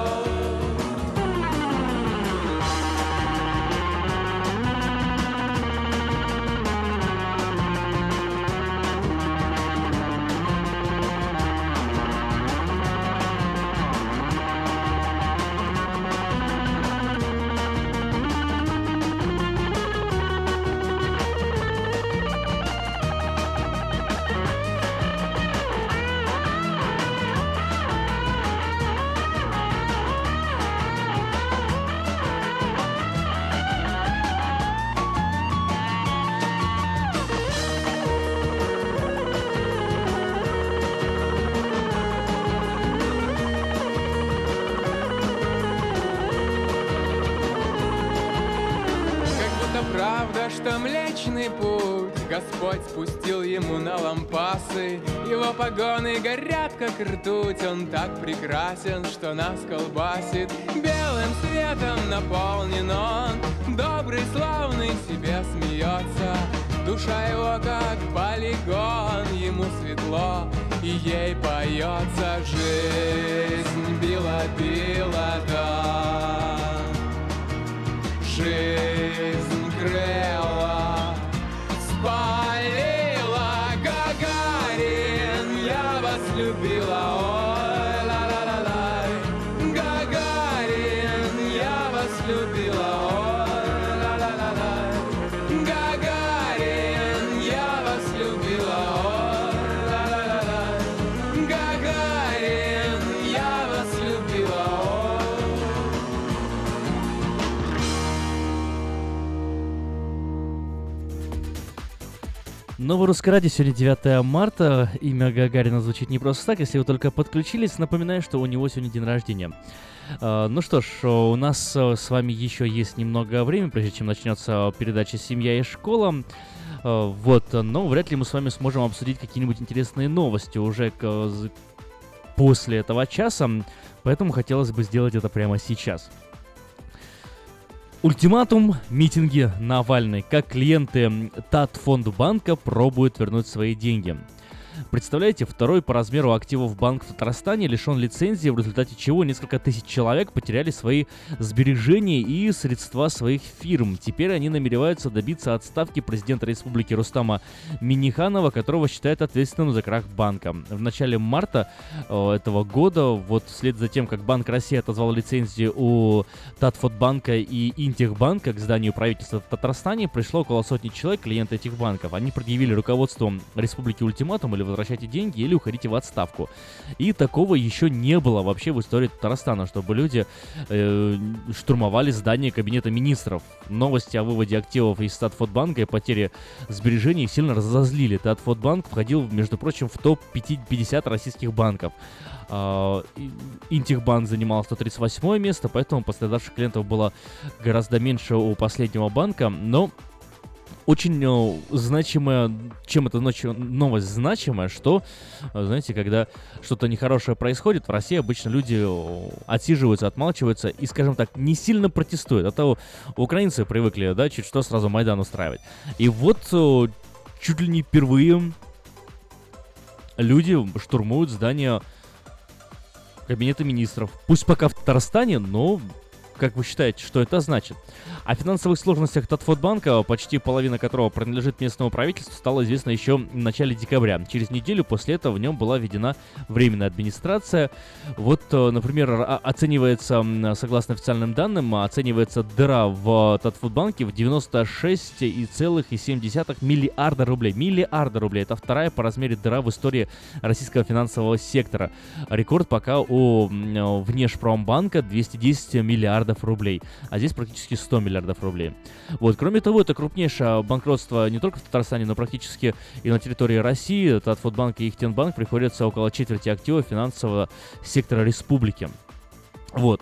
Правда, что Млечный Путь Господь спустил ему на лампасы, его погоны горят, как ртуть. Он так прекрасен, что нас колбасит, белым светом наполнен он. Добрый, славный, себе смеется, душа его как полигон. Ему светло, и ей поется. Жизнь била-била, да, жизнь крыла, спалила. Гагарин, я вас любила, ой, ла-ла-ла-лай. Гагарин, я вас любила, ой, ла-ла-ла-лай. Гагарин, я вас любила, ой, ла-ла-ла-лай. Гагарин, я вас любила, ой. Новое русское радио, сегодня девятое марта, имя Гагарина звучит не просто так. Если вы только подключились, напоминаю, что у него сегодня день рождения. Uh, ну что ж, у нас uh, с вами еще есть немного времени, прежде чем начнется передача «Семья и школа». Uh, вот, но вряд ли мы с вами сможем обсудить какие-нибудь интересные новости уже к, после этого часа, поэтому хотелось бы сделать это прямо сейчас. Ультиматум, митинги, Навальный. Как клиенты Татфондбанка пробуют вернуть свои деньги. Представляете, второй по размеру активов банк в Татарстане лишен лицензии, в результате чего несколько тысяч человек потеряли свои сбережения и средства своих фирм. Теперь они намереваются добиться отставки президента республики Рустама Минниханова, которого считают ответственным за крах банка. В начале марта э, этого года, вот вслед за тем, как Банк России отозвал лицензию у Татфондбанка и Интехбанка к зданию правительства в Татарстане, пришло около сотни человек, клиенты этих банков. Они предъявили руководству республики ультиматум: или возвращайте деньги, или уходите в отставку. И такого еще не было вообще в истории Татарстана, чтобы люди э, штурмовали здание кабинета министров. Новости о выводе активов из Татфондбанка и потере сбережений сильно разозлили. Татфондбанк входил, между прочим, в топ пятьдесят российских банков. Uh, Интехбанк занимал сто тридцать восьмое место, поэтому пострадавших клиентов было гораздо меньше у последнего банка, но очень uh, значимая, чем эта новость значимая, что, знаете, когда что-то нехорошее происходит, в России обычно люди отсиживаются, отмалчиваются и, скажем так, не сильно протестуют. А то украинцы привыкли, да, чуть что сразу Майдан устраивать. И вот uh, чуть ли не впервые люди штурмуют здание кабинета министров. Пусть пока в Татарстане, но как вы считаете, что это значит? О финансовых сложностях Татфондбанка, почти половина которого принадлежит местному правительству, стало известно еще в начале декабря. Через неделю после этого в нем была введена временная администрация. Вот, например, оценивается, согласно официальным данным, оценивается дыра в Татфондбанке в девяносто шесть целых семь десятых миллиарда рублей. Миллиарда рублей. Это вторая по размеру дыра в истории российского финансового сектора. Рекорд пока у Внешпромбанка двести десять миллиардов рублей, а здесь практически сто миллиардов рублей. Вот, кроме того, это крупнейшее банкротство не только в Татарстане, но практически и на территории России. Татфондбанк и Ихтенбанк приходится около четверти активов финансового сектора республики. Вот.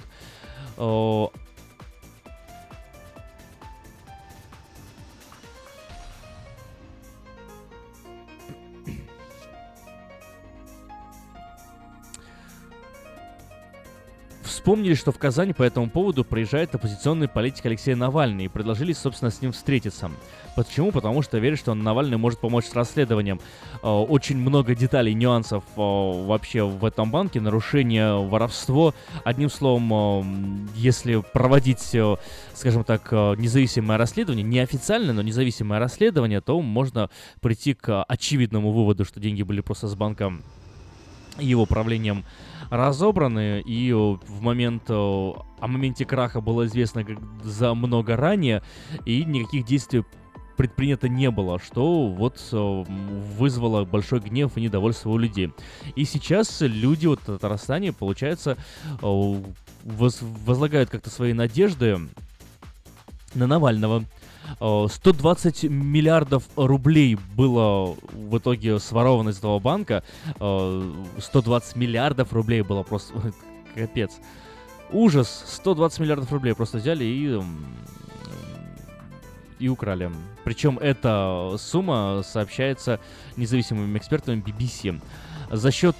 Вспомнили, что в Казань по этому поводу приезжает оппозиционный политик Алексей Навальный, и предложили, собственно, с ним встретиться. Почему? Потому что верят, что Навальный может помочь с расследованием. Очень много деталей, нюансов вообще в этом банке, нарушение, воровство. Одним словом, если проводить, скажем так, независимое расследование, неофициальное, но независимое расследование, то можно прийти к очевидному выводу, что деньги были просто с банком и его правлением разобраны, и в момент, о моменте краха было известно за много ранее, и никаких действий предпринято не было, что вот вызвало большой гнев и недовольство у людей. И сейчас люди вот в Татарстане, получается, воз- возлагают как-то свои надежды на Навального. сто двадцать миллиардов рублей было в итоге своровано из этого банка. сто двадцать миллиардов рублей было просто... Капец. Ужас. сто двадцать миллиардов рублей просто взяли и... и украли. Причем эта сумма сообщается независимыми экспертами би би си. За счет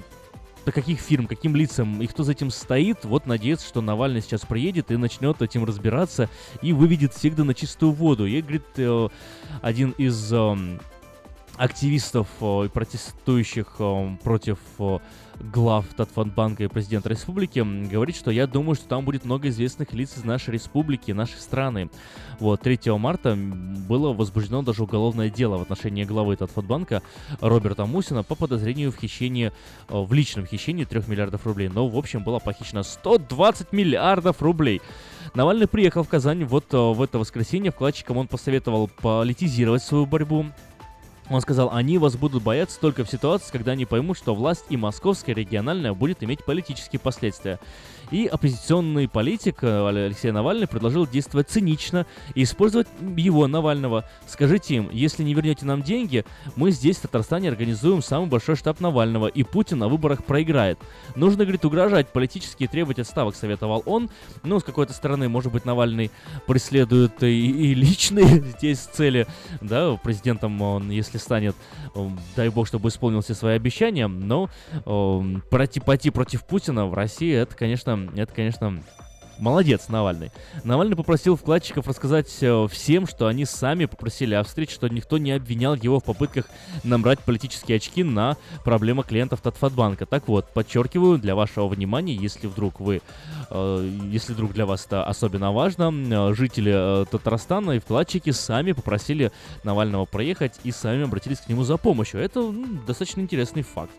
до каких фирм, каким лицам и кто за этим стоит, вот надеется, что Навальный сейчас приедет и начнет этим разбираться и выведет всегда на чистую воду. И, говорит, э, один из э, активистов и э, протестующих э, против э, глав Татфандбанка и президента республики говорит, что я думаю, что там будет много известных лиц из нашей республики, нашей страны. Вот, третьего марта было возбуждено даже уголовное дело в отношении главы Татфандбанка Роберта Мусина по подозрению в хищении, в личном хищении трех миллиардов рублей. Но, в общем, было похищено сто двадцать миллиардов рублей. Навальный приехал в Казань вот в это воскресенье. Вкладчикам он посоветовал политизировать свою борьбу. Он сказал, они вас будут бояться только в ситуации, когда они поймут, что власть и московская, и региональная будет иметь политические последствия. И оппозиционный политик Алексей Навальный предложил действовать цинично и использовать его, Навального. Скажите им, если не вернете нам деньги, мы здесь, в Татарстане, организуем самый большой штаб Навального, и Путин на выборах проиграет. Нужно, говорит, угрожать политически и требовать отставок, советовал он. Ну, с какой-то стороны, может быть, Навальный преследует и, и личные здесь цели, да, президентом он, если станет, дай бог, чтобы исполнил все свои обещания, но э, пройти, пойти против Путина в России, это, конечно, это, конечно, молодец, Навальный. Навальный попросил вкладчиков рассказать э, всем, что они сами попросили о встрече, что никто не обвинял его в попытках набрать политические очки на проблемы клиентов Татфандбанка. Так вот, подчеркиваю для вашего внимания, если вдруг вы, э, если вдруг для вас это особенно важно, э, жители э, Татарстана и вкладчики сами попросили Навального проехать и сами обратились к нему за помощью. Это ну, достаточно интересный факт.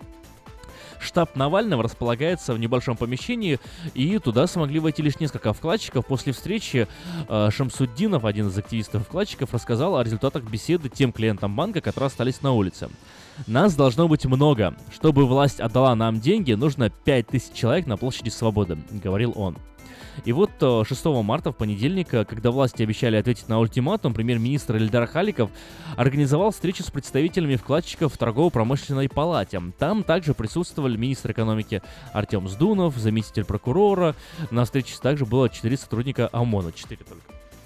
Штаб Навального располагается в небольшом помещении, и туда смогли войти лишь несколько вкладчиков. После встречи э, Шамсуддинов, один из активистов вкладчиков, рассказал о результатах беседы тем клиентам банка, которые остались на улице. Нас должно быть много. Чтобы власть отдала нам деньги, нужно пять тысяч человек на площади Свободы, говорил он. И вот шестого марта, в понедельник, когда власти обещали ответить на ультиматум, премьер-министр Ильдар Халиков организовал встречу с представителями вкладчиков в торгово-промышленной палате. Там также присутствовали министр экономики Артем Сдунов, заместитель прокурора. На встрече также было четыре сотрудника ОМОНа, четыре только.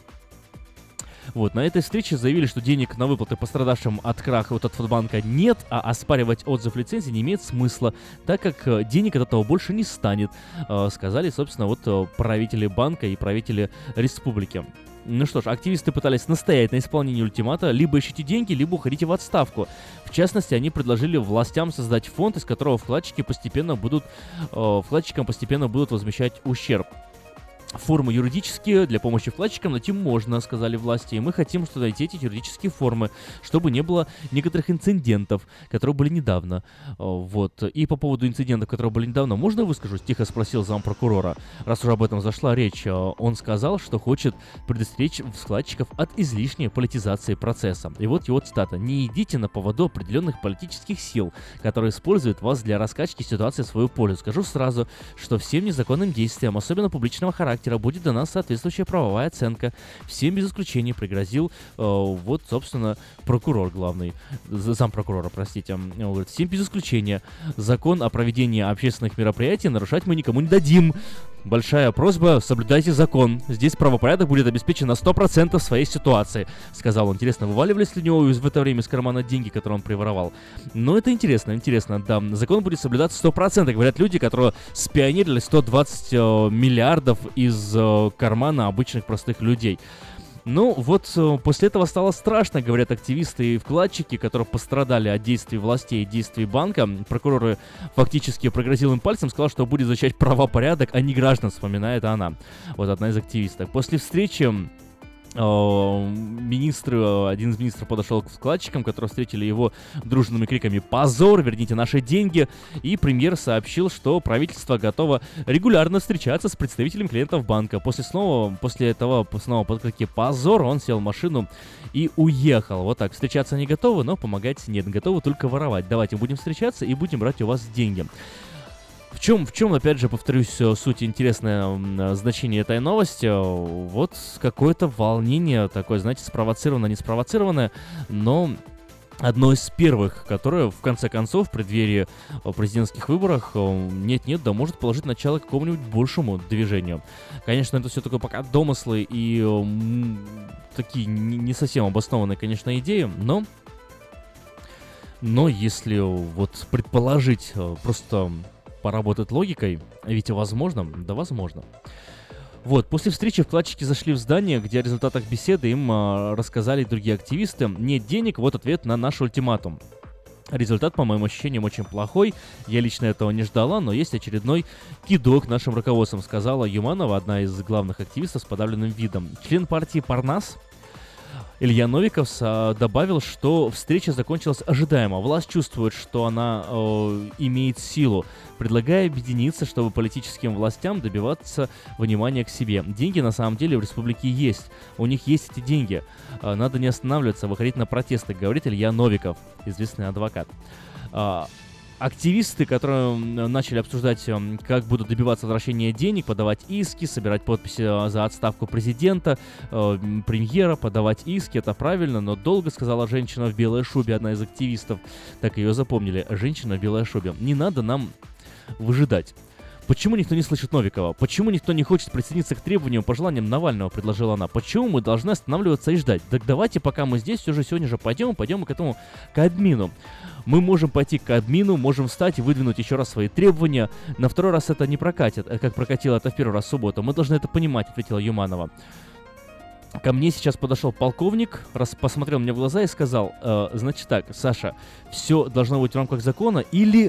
Вот, на этой встрече заявили, что денег на выплаты пострадавшим от краха у Татфандбанка нет, а оспаривать отзыв лицензии не имеет смысла, так как денег от этого больше не станет, э, сказали, собственно, вот правители банка и правители республики. Ну что ж, активисты пытались настоять на исполнении ультимата: либо ищите деньги, либо уходите в отставку. В частности, они предложили властям создать фонд, из которого вкладчики постепенно будут, э, вкладчикам постепенно будут возмещать ущерб. Формы юридические для помощи вкладчикам найти можно, сказали власти, и мы хотим, что найти эти юридические формы, чтобы не было некоторых инцидентов, которые были недавно. Вот. И по поводу инцидентов, которые были недавно, можно я выскажусь? Тихо спросил зампрокурора. Раз уже об этом зашла речь, он сказал, что хочет предостеречь вкладчиков от излишней политизации процесса. И вот его цитата: «Не идите на поводу определенных политических сил, которые используют вас для раскачки ситуации в свою пользу. Скажу сразу, что всем незаконным действиям, особенно публичного характера, будет дана соответствующая правовая оценка. Всем без исключения», пригрозил э, вот, собственно, прокурор главный, зампрокурора, простите. Он говорит: «Всем без исключения. Закон о проведении общественных мероприятий нарушать мы никому не дадим. Большая просьба, соблюдайте закон. Здесь правопорядок будет обеспечен на сто процентов своей ситуации», сказал он. Интересно, вываливались ли у него в это время из кармана деньги, которые он приворовал? Ну, это интересно, интересно, да. Закон будет соблюдаться сто процентов, говорят люди, которые спионерили сто двадцать э, миллиардов из э, кармана обычных простых людей. Ну, вот э, после этого стало страшно, говорят активисты и вкладчики, которые пострадали от действий властей и действий банка. Прокурор фактически пригрозил им пальцем, сказал, что будет защищать правопорядок, а не граждан, вспоминает она. Вот одна из активисток. После встречи министр, один из министров подошел к вкладчикам, которые встретили его дружными криками «Позор! Верните наши деньги!» И премьер сообщил, что правительство готово регулярно встречаться с представителем клиентов банка. После, снова, после этого снова под крики «Позор!» он сел в машину и уехал. Вот так. Встречаться не готовы, но помогать нет. Готовы только воровать. Давайте будем встречаться и будем брать у вас деньги. В чем, в чем, опять же, повторюсь, суть, интересное значение этой новости. Вот какое-то волнение такое, знаете, спровоцированное, не спровоцированное, но одно из первых, которое, в конце концов, в преддверии президентских выборов, нет-нет, да может положить начало какому-нибудь большему движению. Конечно, это все такое пока домыслы и м, такие не совсем обоснованные, конечно, идеи, но... Но если вот предположить, просто поработать логикой, ведь возможно, да возможно. Вот, после встречи вкладчики зашли в здание, где о результатах беседы им а, рассказали другие активисты. Нет денег, вот ответ на наш ультиматум. Результат, по моим ощущениям, очень плохой. Я лично этого не ждала, но есть очередной кидок нашим руководством, сказала Юманова, одна из главных активистов с подавленным видом. Член партии «Парнас» Илья Новиков добавил, что встреча закончилась ожидаемо. Власть чувствует, что она э, имеет силу, предлагая объединиться, чтобы политическим властям добиваться внимания к себе. Деньги на самом деле в республике есть. У них есть эти деньги. Э, надо не останавливаться, выходить на протесты, говорит Илья Новиков, известный адвокат. Э, Активисты, которые начали обсуждать, как будут добиваться возвращения денег, подавать иски, собирать подписи за отставку президента, э, премьера, подавать иски, это правильно, но долго, сказала женщина в белой шубе, одна из активистов, так ее запомнили, женщина в белой шубе. Не надо нам выжидать. Почему никто не слышит Новикова? Почему никто не хочет присоединиться к требованиям, пожеланиям Навального, предложила она. Почему мы должны останавливаться и ждать? Так давайте, пока мы здесь, все же сегодня же пойдем, пойдем к этому Кабмину. Мы можем пойти к Кабмину, можем встать и выдвинуть еще раз свои требования. На второй раз это не прокатит, как прокатило это в первый раз в субботу. Мы должны это понимать, ответила Юманова. Ко мне сейчас подошел полковник, раз посмотрел мне в глаза и сказал, э, значит так, Саша, все должно быть в рамках закона или...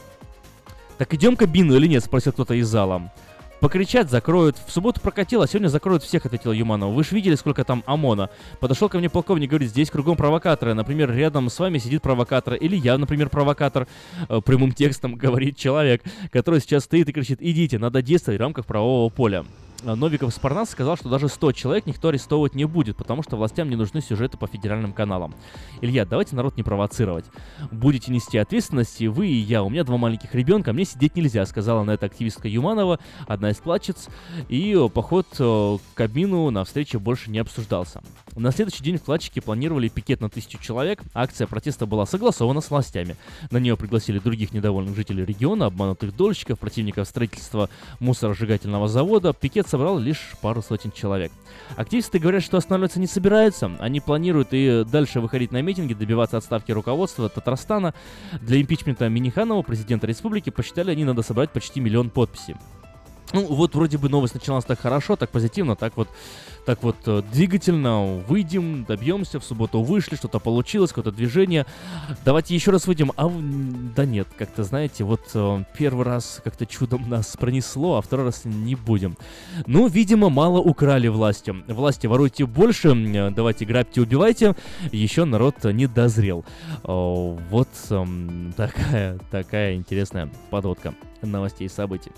Так идем к Кабмину или нет, спросил кто-то из зала. Покричать закроют. В субботу прокатило, а сегодня закроют всех, ответила Юманова. Вы же видели, сколько там ОМОНа. Подошел ко мне полковник, говорит, здесь кругом провокаторы. Например, рядом с вами сидит провокатор. Или я, например, провокатор. Прямым текстом говорит человек, который сейчас стоит и кричит, идите, надо действовать в рамках правового поля. Новиков с Парнас сказал, что даже сто человек никто арестовывать не будет, потому что властям не нужны сюжеты по федеральным каналам. Илья, давайте народ не провоцировать. Будете нести ответственность, и вы, и я. У меня два маленьких ребенка, мне сидеть нельзя, сказала на это активистка Юманова, одна из вкладчиц, и поход к Кабмину на встрече больше не обсуждался. На следующий день вкладчики планировали пикет на тысячу человек, акция протеста была согласована с властями. На нее пригласили других недовольных жителей региона, обманутых дольщиков, противников строительства мусоросжигательного завода. Пикет собрал лишь пару сотен человек. Активисты говорят, что останавливаться не собираются. Они планируют и дальше выходить на митинги, добиваться отставки руководства Татарстана. Для импичмента Минниханова, президента республики, посчитали, они надо собрать почти миллион подписей. Ну, вот вроде бы новость началась так хорошо, так позитивно, так вот, так вот двигательно. Выйдем, добьемся, в субботу вышли, что-то получилось, какое-то движение. Давайте еще раз выйдем. А да нет, как-то, знаете, вот первый раз как-то чудом нас пронесло, а второй раз не будем. Ну, видимо, мало украли власти. Власти воруйте больше, давайте грабьте, убивайте. Еще народ не дозрел. Вот такая, такая интересная подводка новостей и событий.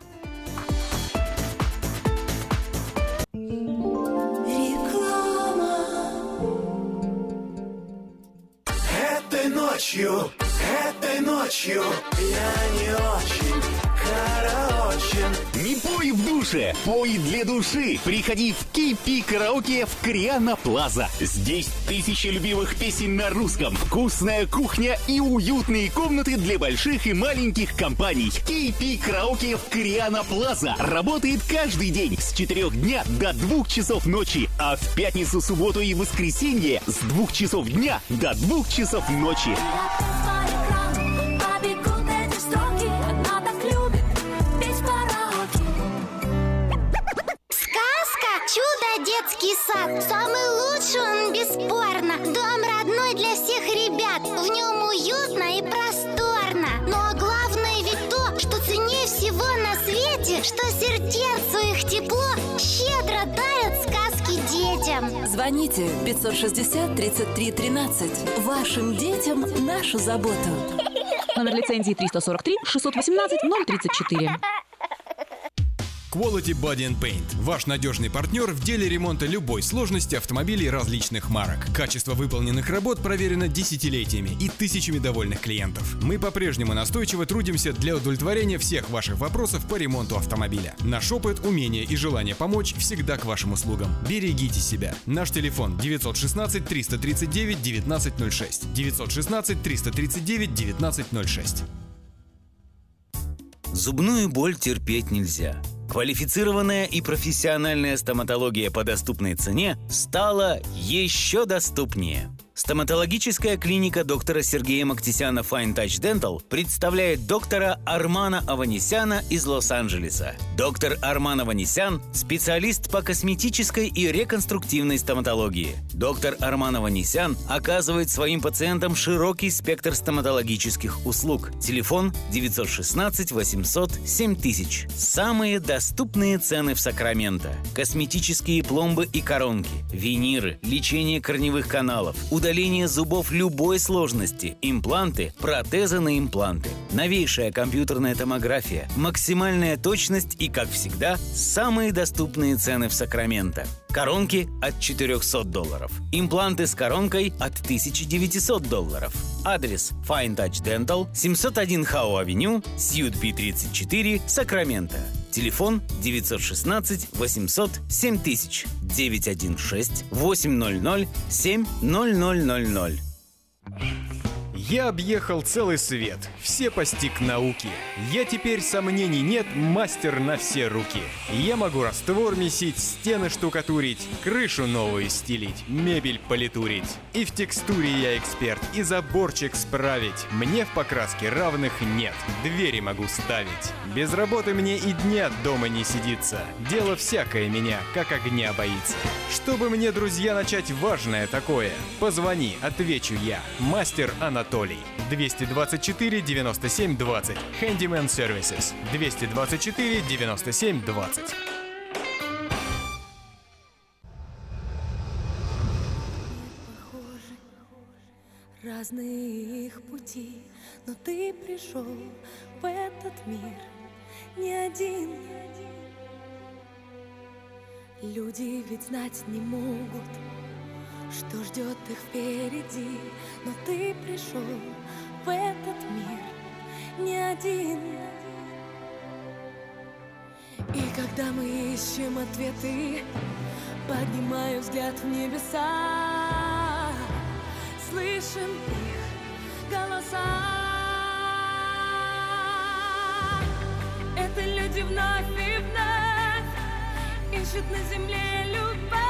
Ночью, этой ночью я не очень караочен. Не пой в душе, пой для души. Приходи в кей пи караоке в Криана Плаза. Здесь тысячи любимых песен на русском, вкусная кухня и уютные комнаты для больших и маленьких компаний. кей пи караоке в Криана Плаза работает каждый день с четырёх дня до двух часов ночи, а в пятницу, субботу и воскресенье с двух часов дня до двух часов ночи. Детский сад. Самый лучший он, бесспорно. Дом родной для всех ребят. В нем уютно и просторно. Но главное ведь то, что ценнее всего на свете, что сердцу их тепло щедро дарят сказки детям. Звоните пятьсот шестьдесят тридцать три тринадцать. Вашим детям нашу заботу. Номер лицензии триста сорок три шестьсот восемнадцать ноль тридцать четыре. Quality Body and Paint – ваш надежный партнер в деле ремонта любой сложности автомобилей различных марок. Качество выполненных работ проверено десятилетиями и тысячами довольных клиентов. Мы по-прежнему настойчиво трудимся для удовлетворения всех ваших вопросов по ремонту автомобиля. Наш опыт, умение и желание помочь всегда к вашим услугам. Берегите себя. Наш телефон девятьсот шестнадцать триста тридцать девять девятнадцать ноль шесть. девятьсот шестнадцать триста тридцать девять девятнадцать ноль шесть. Зубную боль терпеть нельзя. Квалифицированная и профессиональная стоматология по доступной цене стала еще доступнее. Стоматологическая клиника доктора Сергея Мактисяна Fine Touch Dental представляет доктора Армана Аванесяна из Лос-Анджелеса. Доктор Арман Аванесян – специалист по косметической и реконструктивной стоматологии. Доктор Арман Аванесян оказывает своим пациентам широкий спектр стоматологических услуг. Телефон девятьсот шестнадцать восемьсот семь тысяч. Самые доступные цены в Сакраменто. Косметические пломбы и коронки, виниры, лечение корневых каналов, удаление зубов любой сложности, импланты, протезы на импланты, новейшая компьютерная томография, максимальная точность и, как всегда, самые доступные цены в Сакраменто. Коронки от четырехсот долларов. Импланты с коронкой от тысяча девятьсот долларов. Адрес Fine Touch Dental, семьсот один Хау-авеню, Сьют Пи тридцать четыре, Сакраменто. Телефон девятьсот шестнадцать восемьсот семь тысяч, девятьсот одиннадцать восемьсот семь ноль ноль ноль ноль. Я объехал целый свет, все постиг науки. Я теперь, сомнений нет, мастер на все руки. Я могу раствор месить, стены штукатурить, крышу новую стелить, мебель политурить. И в текстуре я эксперт, и заборчик справить. Мне в покраске равных нет, двери могу ставить. Без работы мне и дня дома не сидится. Дело всякое меня, как огня боится. Чтобы мне, друзья, начать важное такое, позвони, отвечу я, мастер Анатолий. двести двадцать четыре девяносто семь двадцать. Handyman Services. двести двадцать четыре девяносто семь двадцать. Разные их пути, но ты пришел в этот мир не один. Люди ведь знать не могут, что ждет их впереди, но ты пришел в этот мир не один. И когда мы ищем ответы, поднимаю взгляд в небеса, слышим их голоса. Это люди вновь и вновь ищут на земле любовь.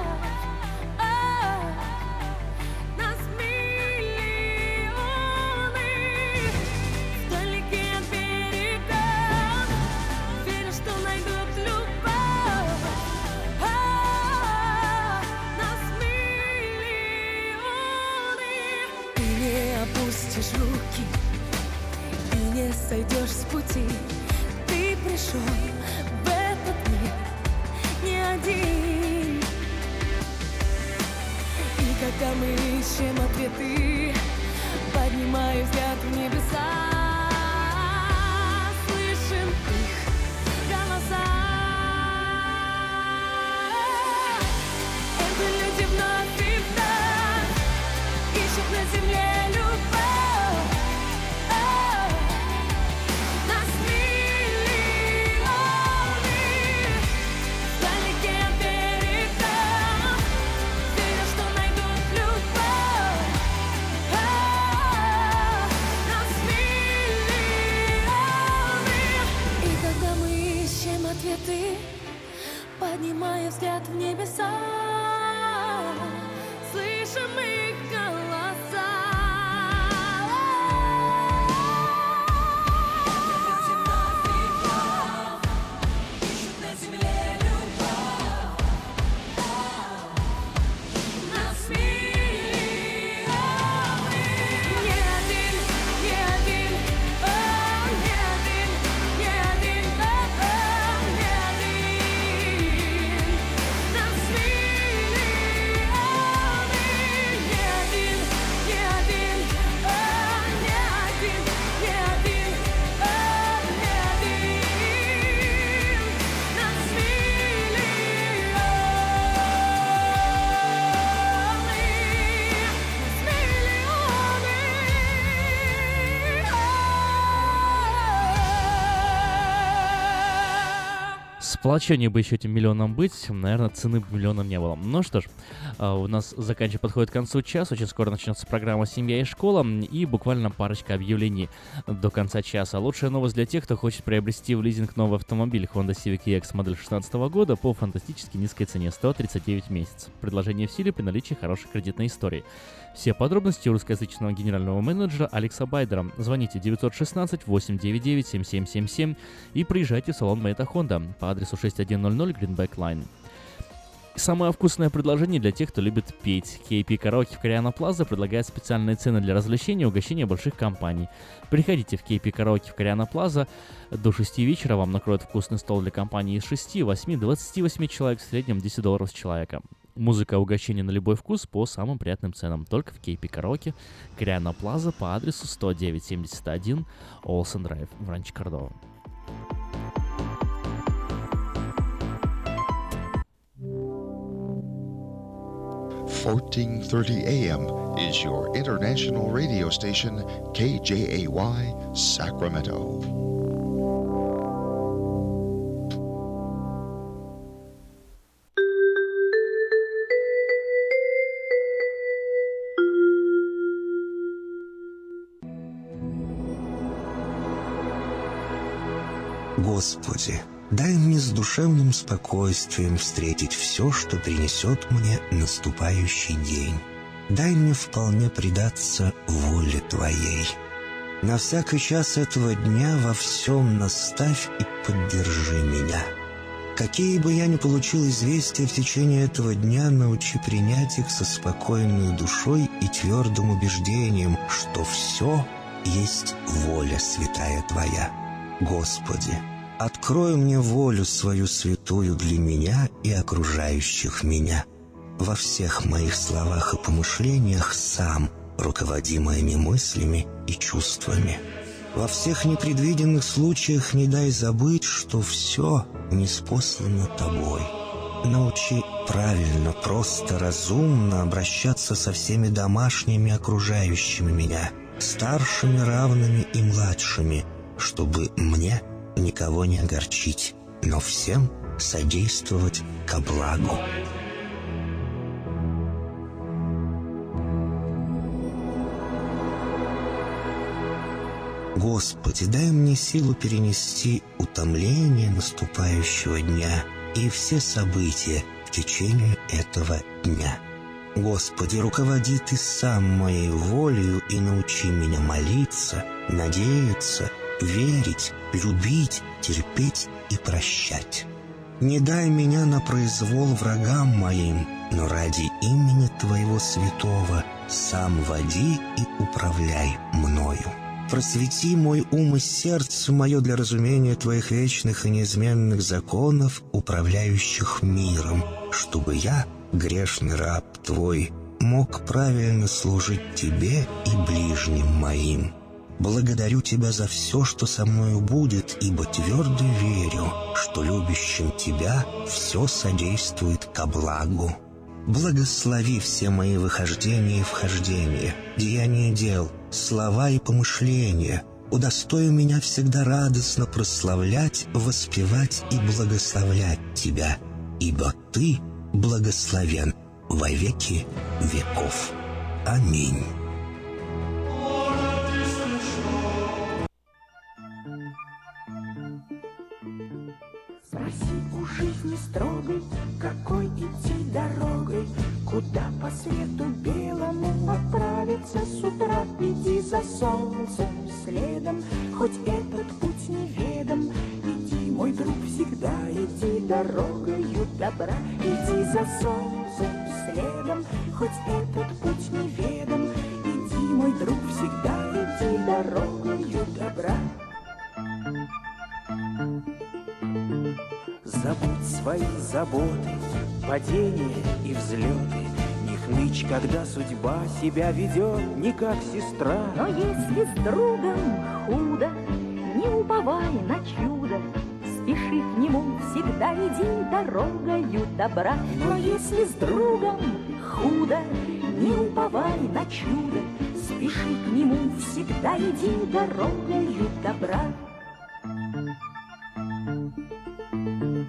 Руки, и не сойдешь с пути. Ты пришел в этот мир не один. И когда мы ищем ответы, поднимаю взгляд в небеса, слышим их голоса. Это люди вновь и вновь ищут на земле любовь. Поднимая взгляд в небеса, слышим их голоса. Люди вновь и вновь ищут на земле любовь. Нас миллионы. Не один, не один, о, не один, не один, о, о, не один. Нас миллионы. Сплочение бы еще этим миллионом быть, наверное, цены бы миллионом не было. Ну что ж, у нас заканчивается, подходит к концу час, очень скоро начнется программа «Семья и школа», и буквально парочка объявлений до конца часа. Лучшая новость для тех, кто хочет приобрести в лизинг новый автомобиль Honda Civic и экс модель шестнадцатого года по фантастически низкой цене сто тридцать девять месяцев. Предложение в силе при наличии хорошей кредитной истории. Все подробности у русскоязычного генерального менеджера Алекса Байдера. Звоните девять один шесть восемь девять девять семь семь семь семь и приезжайте в салон Мэйта Honda по адресу шесть тысяч сто Greenback Line. Самое вкусное предложение для тех, кто любит петь. кей пи Караоке в Кориана Плаза предлагает специальные цены для развлечения и угощения больших компаний. Приходите в кей пи Караоке в Кориана Плаза. До шести вечера вам накроют вкусный стол для компании из шести, восьми, двадцати восьми человек, в среднем десять долларов с человека. Музыка и угощение на любой вкус по самым приятным ценам. Только в кей пи Караоке Кориана Плаза по адресу сто девять семьдесят один Олсен Драйв в Ранчо Кордова. fourteen thirty A M is your international radio station, K J A Y, Sacramento. Господи, дай мне с душевным спокойствием встретить все, что принесет мне наступающий день. Дай мне вполне предаться воле Твоей. На всякий час этого дня во всем наставь и поддержи меня. Какие бы я ни получил известия в течение этого дня, научи принять их со спокойной душой и твердым убеждением, что все есть воля святая Твоя. Господи, открой мне волю свою святую для меня и окружающих меня. Во всех моих словах и помышлениях сам руководи моими мыслями и чувствами. Во всех непредвиденных случаях не дай забыть, что все ниспослано Тобой. Научи правильно, просто, разумно обращаться со всеми домашними окружающими меня, старшими, равными и младшими, чтобы мне никого не огорчить, но всем содействовать ко благу. Господи, дай мне силу перенести утомление наступающего дня и все события в течение этого дня. Господи, руководи Ты сам моей волею и научи меня молиться, надеяться, верить, любить, терпеть и прощать. Не дай меня на произвол врагам моим, но ради имени Твоего святого сам води и управляй мною. Просвети мой ум и сердце мое для разумения Твоих вечных и неизменных законов, управляющих миром, чтобы я, грешный раб Твой, мог правильно служить Тебе и ближним моим. Благодарю Тебя за все, что со мною будет, ибо твердо верю, что любящим Тебя все содействует ко благу. Благослови все мои выхождения и вхождения, деяния дел, слова и помышления. Удостой меня всегда радостно прославлять, воспевать и благословлять Тебя, ибо Ты благословен во веки веков. Аминь. Спроси у жизни строгой, какой идти дорогой, куда по свету белому отправиться с утра. Иди за солнцем следом, хоть этот путь неведом. Иди, мой друг, всегда иди дорогою добра. Иди за солнцем следом, хоть этот путь неведом. Иди, мой друг, всегда иди дорогою добра. Забудь свои заботы, падения и взлеты. Не хнычь, когда судьба себя ведет не как сестра. Но если с другом худо, не уповай на чудо. Спеши к нему, всегда иди дорогою добра. Но если с другом худо, не уповай на чудо. Спеши к нему, всегда иди дорогою добра.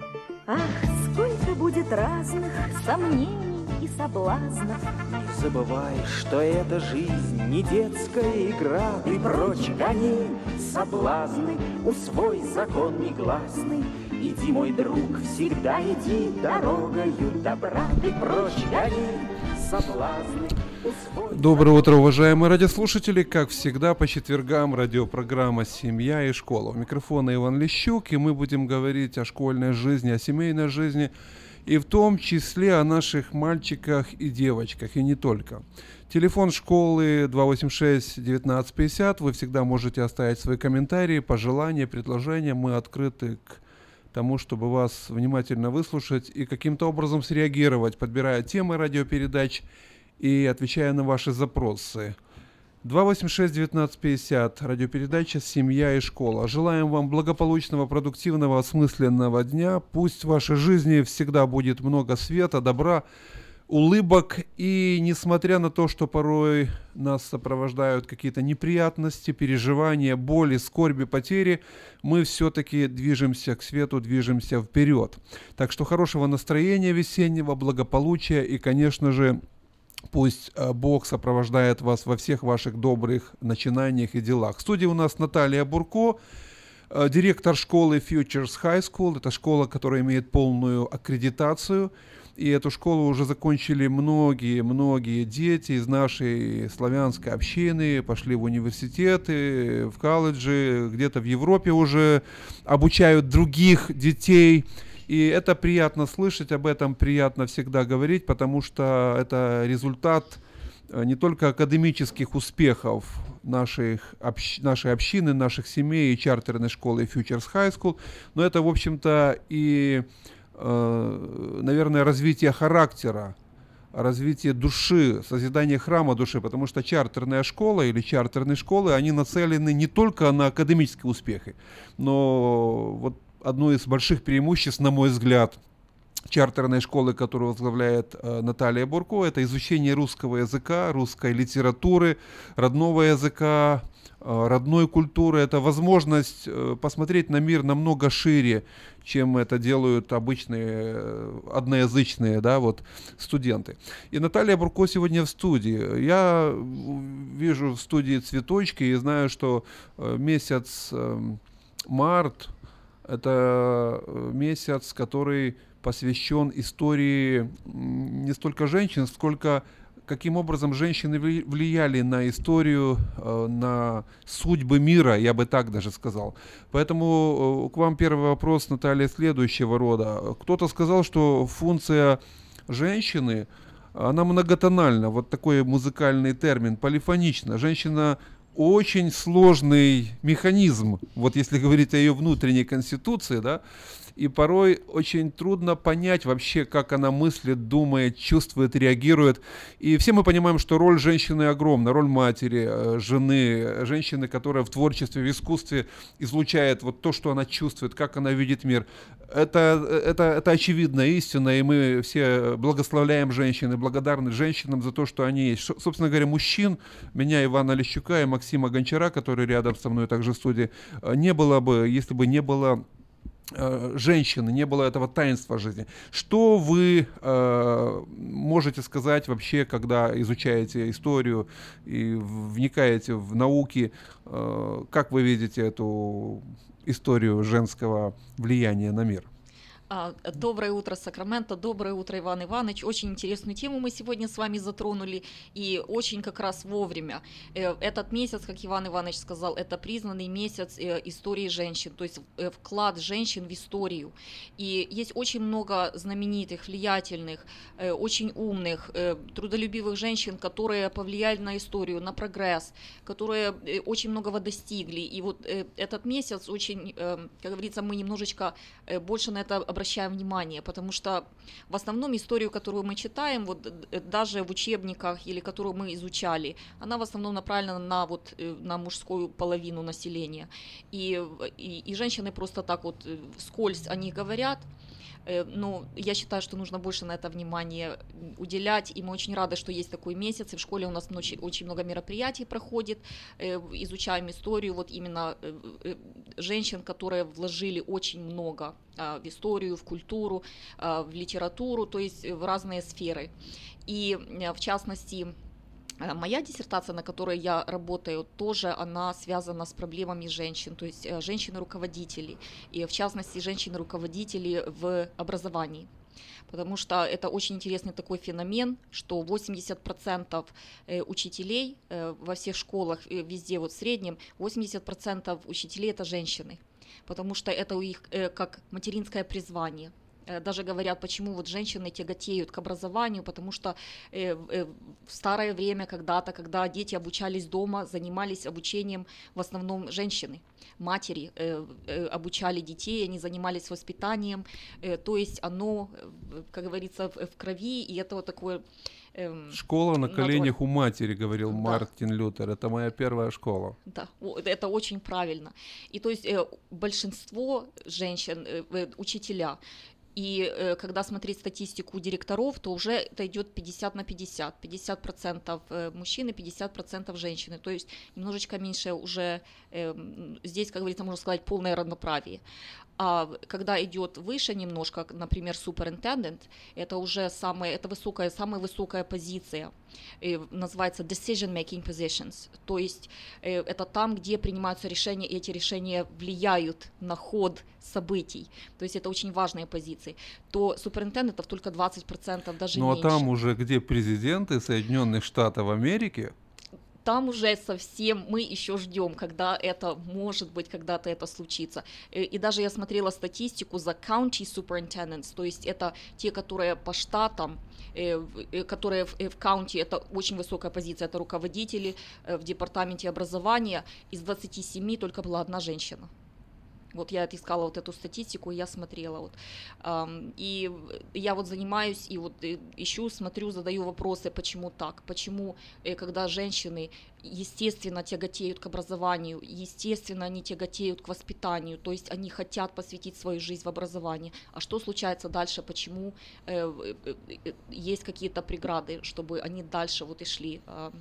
Ах, сколько будет разных сомнений и соблазнов. Не забывай, что эта жизнь не детская игра. Ты прочь гони соблазны, усвой закон негласный. Иди, мой друг, всегда иди дорогою добра. Ты прочь гони соблазны. Доброе утро, уважаемые радиослушатели. Как всегда, по четвергам радиопрограмма «Семья и школа». У микрофона Иван Лещук, и мы будем говорить о школьной жизни, о семейной жизни, и в том числе о наших мальчиках и девочках, и не только. Телефон школы два восемь шесть девятнадцать пятьдесят. Вы всегда можете оставить свои комментарии, пожелания, предложения. Мы открыты к тому, чтобы вас внимательно выслушать и каким-то образом среагировать, подбирая темы радиопередач и отвечая на ваши запросы. два восемь шесть девятнадцать пятьдесят. Радиопередача «Семья и школа». Желаем вам благополучного, продуктивного, осмысленного дня. Пусть в вашей жизни всегда будет много света, добра, улыбок. И несмотря на то, что порой нас сопровождают какие-то неприятности, переживания, боли, скорби, потери, мы все-таки движемся к свету, движемся вперед. Так что хорошего настроения весеннего, благополучия и, конечно же, пусть Бог сопровождает вас во всех ваших добрых начинаниях и делах. В студии у нас Наталья Бурко, директор школы Futures High School. Это школа, которая имеет полную аккредитацию. И эту школу уже закончили многие-многие дети из нашей славянской общины, пошли в университеты, в колледжи, где-то в Европе уже обучают других детей. И это приятно слышать, об этом приятно всегда говорить, потому что это результат не только академических успехов наших, общ, нашей общины, наших семей и чартерной школы Futures High School, но это, в общем-то, и, э, наверное, развитие характера, развитие души, созидание храма души, потому что чартерная школа или чартерные школы, они нацелены не только на академические успехи, но вот одно из больших преимуществ, на мой взгляд, чартерной школы, которую возглавляет э, Наталья Бурко, это изучение русского языка, русской литературы, родного языка, э, родной культуры. Это возможность э, посмотреть на мир намного шире, чем это делают обычные э, одноязычные, да, вот, студенты. И Наталья Бурко сегодня в студии. Я вижу в студии цветочки и знаю, что э, месяц э, март — это месяц, который посвящен истории не столько женщин, сколько каким образом женщины влияли на историю, на судьбы мира, я бы так даже сказал. Поэтому к вам первый вопрос, Наталья, следующего рода. Кто-то сказал, что функция женщины, она многотональна, вот такой музыкальный термин, полифонична. Женщина очень сложный механизм, вот если говорить о ее внутренней конституции, да, и порой очень трудно понять вообще, как она мыслит, думает, чувствует, реагирует. И все мы понимаем, что роль женщины огромна, роль матери, жены, женщины, которая в творчестве, в искусстве излучает вот то, что она чувствует, как она видит мир. Это, это, это очевидная истина, и мы все благословляем женщин и благодарны женщинам за то, что они есть. Собственно говоря, мужчин, меня, Ивана Лещука и Максима Гончара, который рядом со мной также в студии, не было бы, если бы не было женщины, не было этого таинства жизни. Что вы э, можете сказать вообще, когда изучаете историю и вникаете в науки, э, как вы видите эту историю женского влияния на мир? Доброе утро, Сакраменто, доброе утро, Иван Иванович. Очень интересную тему мы сегодня с вами затронули, и очень как раз вовремя. Этот месяц, как Иван Иванович сказал, это признанный месяц истории женщин, то есть вклад женщин в историю. И есть очень много знаменитых, влиятельных, очень умных, трудолюбивых женщин, которые повлияли на историю, на прогресс, которые очень многого достигли. И вот этот месяц очень, как говорится, мы немножечко больше на это обращаем обращаем внимание, потому что в основном историю, которую мы читаем, вот даже в учебниках или которую мы изучали, она в основном направлена на, вот, на мужскую половину населения. И, и, и женщины просто так вот вскользь о них говорят. Но я считаю, что нужно больше на это внимание уделять, и мы очень рады, что есть такой месяц, и в школе у нас очень много мероприятий проходит, изучаем историю вот именно женщин, которые вложили очень много в историю, в культуру, в литературу, то есть в разные сферы. И в частности, моя диссертация, на которой я работаю, тоже она связана с проблемами женщин, то есть женщины-руководителей, и в частности женщины-руководители в образовании. Потому что это очень интересный такой феномен, что восемьдесят процентов учителей во всех школах, везде вот в среднем, восемьдесят процентов учителей это женщины, потому что это у них как материнское призвание. Даже говорят, почему вот женщины тяготеют к образованию, потому что э, э, в старое время когда-то, когда дети обучались дома, занимались обучением в основном женщины. Матери э, э, обучали детей, они занимались воспитанием, э, то есть оно, как говорится, в, в крови, и это вот такое... Э, школа на коленях натур... у матери, говорил да. Мартин Лютер, это моя первая школа. Да, это очень правильно. И то есть э, большинство женщин, э, учителя, и э, когда смотреть статистику директоров, то уже это идет пятьдесят на пятьдесят. пятьдесят процентов мужчины, пятьдесят процентов женщины. То есть немножечко меньше уже, э, здесь, как говорится, можно сказать, полное равноправие. А когда идет выше немножко, например, superintendent, это уже самая, это высокая, самая высокая позиция, э, называется decision-making positions, то есть э, это там, где принимаются решения, и эти решения влияют на ход событий, то есть это очень важные позиции, то суперинтендентов только двадцать процентов, даже ну, меньше. Ну а там уже где президенты Соединенных Штатов Америки? Там уже совсем мы еще ждем, когда это, может быть, когда-то это случится. И даже я смотрела статистику за county superintendents, то есть это те, которые по штатам, которые в county, это очень высокая позиция, это руководители в департаменте образования, из двадцати семи только была одна женщина. Вот я искала вот эту статистику, я смотрела вот, и я вот занимаюсь и вот ищу, смотрю, задаю вопросы, почему так, почему, когда женщины, естественно, тяготеют к образованию, естественно, они тяготеют к воспитанию, то есть они хотят посвятить свою жизнь в образование, а что случается дальше, почему есть какие-то преграды, чтобы они дальше вот и шли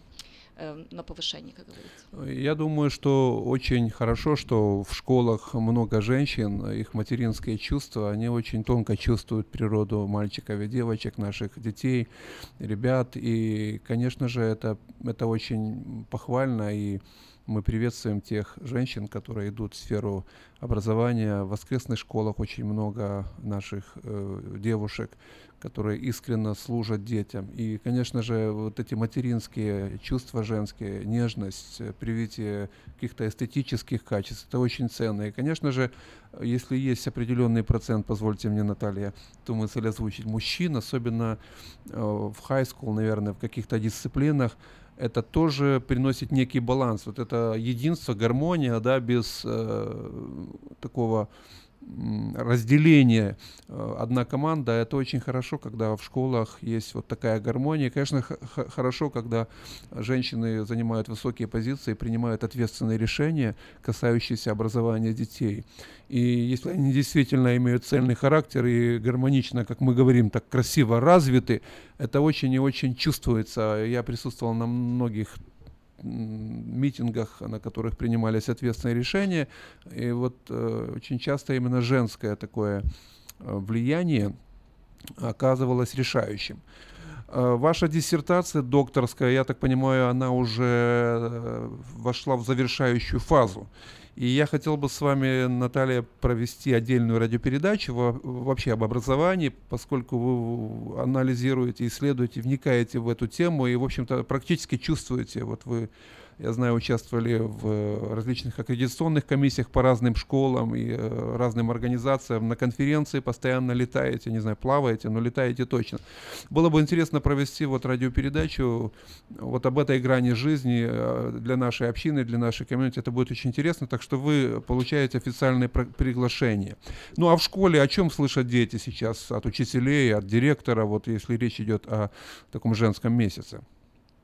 на повышение, как говорится. Я думаю, что очень хорошо, что в школах много женщин, их материнские чувства, они очень тонко чувствуют природу мальчиков и девочек, наших детей, ребят, и, конечно же, это, это очень похвально, и мы приветствуем тех женщин, которые идут в сферу образования. В воскресных школах очень много наших э, девушек, которые искренне служат детям. И, конечно же, вот эти материнские чувства женские, нежность, привитие каких-то эстетических качеств, это очень ценно. И, конечно же, если есть определенный процент, позвольте мне, Наталья, ту мысль озвучить, мужчин, особенно э, в high school, наверное, в каких-то дисциплинах, это тоже приносит некий баланс. Вот это единство, гармония, да, без э, такого разделения. Одна команда, это очень хорошо, когда в школах есть вот такая гармония. Конечно, х- хорошо, когда женщины занимают высокие позиции, принимают ответственные решения, касающиеся образования детей. И если они действительно имеют цельный характер и гармонично, как мы говорим, так красиво развиты, это очень и очень чувствуется. Я присутствовал на многих митингах, на которых принимались ответственные решения, и вот э, очень часто именно женское такое э, влияние оказывалось решающим. Э, ваша диссертация докторская, я так понимаю, она уже э, вошла в завершающую фазу. И я хотел бы с вами, Наталья, провести отдельную радиопередачу во, вообще об образовании, поскольку вы анализируете, исследуете, вникаете в эту тему и, в общем-то, практически чувствуете, вот вы, я знаю, участвовали в различных аккредитационных комиссиях по разным школам и э, разным организациям, на конференции постоянно летаете, не знаю, плаваете, но летаете точно. Было бы интересно провести вот радиопередачу вот об этой грани жизни э, для нашей общины, для нашей комьюнити. Это будет очень интересно, так что вы получаете официальное приглашение. Ну а в школе о чем слышат дети сейчас от учителей, от директора, вот если речь идет о таком женском месяце?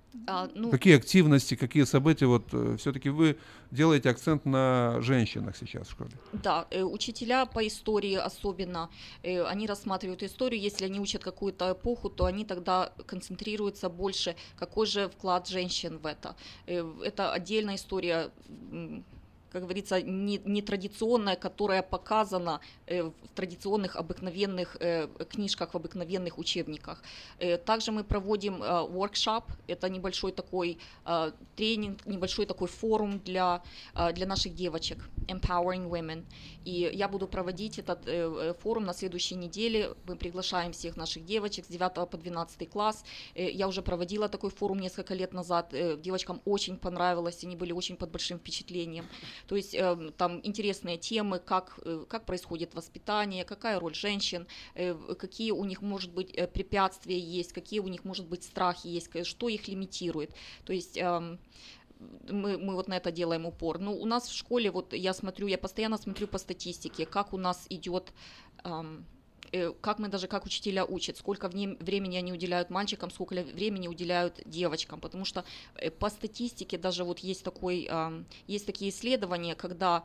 А, ну, какие активности, какие события? Вот э, все-таки вы делаете акцент на женщинах сейчас в школе. Да, э, учителя по истории особенно, э, они рассматривают историю, если они учат какую-то эпоху, то они тогда концентрируются больше, какой же вклад женщин в это. Э, это отдельная история, м, как говорится, не, нетрадиционная, которая показана э, в традиционных обыкновенных э, книжках, в обыкновенных учебниках. Э, также мы проводим воркшоп, э, это небольшой такой э, тренинг, небольшой такой форум для, э, для наших девочек, Empowering Women. И я буду проводить этот э, форум на следующей неделе. Мы приглашаем всех наших девочек с девятого по двенадцатый класс. Э, я уже проводила такой форум несколько лет назад. Э, девочкам очень понравилось, они были очень под большим впечатлением. То есть э, там интересные темы, как, э, как происходит воспитание, какая роль женщин, э, какие у них, может быть, э, препятствия есть, какие у них, может быть, страхи есть, что их лимитирует. То есть э, мы, мы вот на это делаем упор. Ну, у нас в школе, вот я смотрю, я постоянно смотрю по статистике, как у нас идет... Э, как мы даже, как учителя учат, сколько времени они уделяют мальчикам, сколько времени уделяют девочкам, потому что по статистике даже вот есть, такой, есть такие исследования, когда,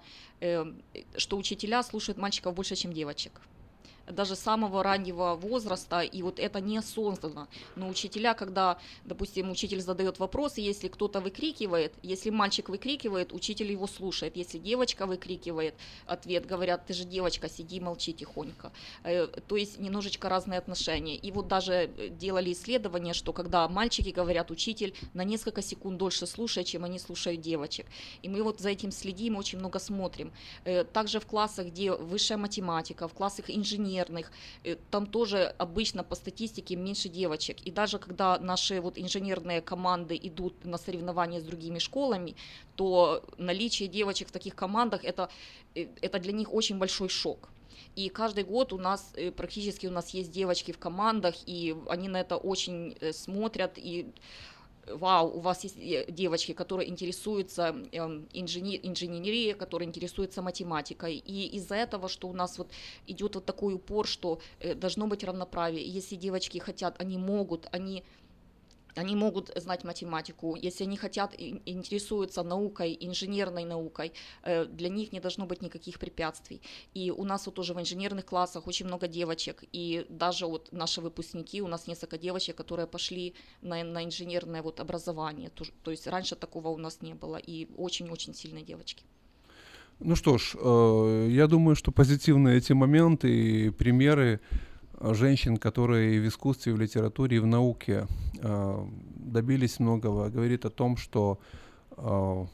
что учителя слушают мальчиков больше, чем девочек. Даже с самого раннего возраста, и вот это неосознанно. Но учителя, когда, допустим, учитель задает вопросы, если кто-то выкрикивает, если мальчик выкрикивает, учитель его слушает. Если девочка выкрикивает ответ, говорят, ты же девочка, сиди, молчи тихонько. То есть немножечко разные отношения. И вот даже делали исследования, что когда мальчики говорят, учитель на несколько секунд дольше слушает, чем они слушают девочек. И мы вот за этим следим, очень много смотрим. Также в классах, где высшая математика, в классах инженерных, там тоже обычно по статистике меньше девочек. И даже когда наши вот инженерные команды идут на соревнования с другими школами, то наличие девочек в таких командах это, это для них очень большой шок. И каждый год у нас практически у нас есть девочки в командах, и они на это очень смотрят и вау, у вас есть девочки, которые интересуются инженер, инженерией, которые интересуются математикой. И из-за этого, что у нас вот идет вот такой упор, что должно быть равноправие. Если девочки хотят, они могут, они... Они могут знать математику, если они хотят, интересуются наукой, инженерной наукой, для них не должно быть никаких препятствий. И у нас вот тоже в инженерных классах очень много девочек, и даже вот наши выпускники, у нас несколько девочек, которые пошли на, на инженерное вот образование, то, то есть раньше такого у нас не было, и очень-очень сильные девочки. Ну что ж, я думаю, что позитивные эти моменты и примеры женщин, которые в искусстве, в литературе и в науке э, добились многого, говорит о том, что э,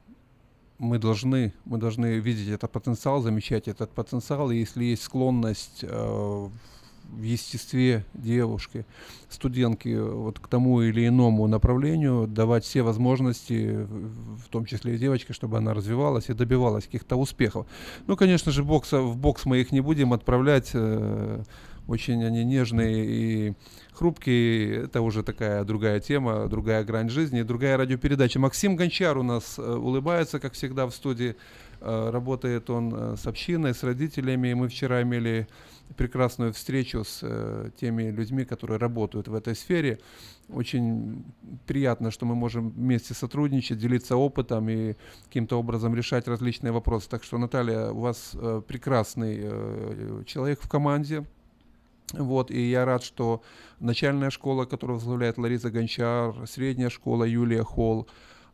мы должны, мы должны видеть этот потенциал, замечать этот потенциал, и если есть склонность э, в естестве девушки, студентки вот к тому или иному направлению, давать все возможности, в том числе и девочке, чтобы она развивалась и добивалась каких-то успехов. Ну, конечно же, бокса, в бокс мы их не будем отправлять, э, очень они нежные и хрупкие, это уже такая другая тема, другая грань жизни, другая радиопередача. Максим Гончар у нас э, улыбается, как всегда, в студии. Э, работает он э, с общиной, с родителями. Мы вчера имели прекрасную встречу с э, теми людьми, которые работают в этой сфере. Очень приятно, что мы можем вместе сотрудничать, делиться опытом и каким-то образом решать различные вопросы. Так что, Наталья, у вас э, прекрасный э, человек в команде. Вот, и я рад, что начальная школа, которую возглавляет Лариса Гончар, средняя школа Юлия Холл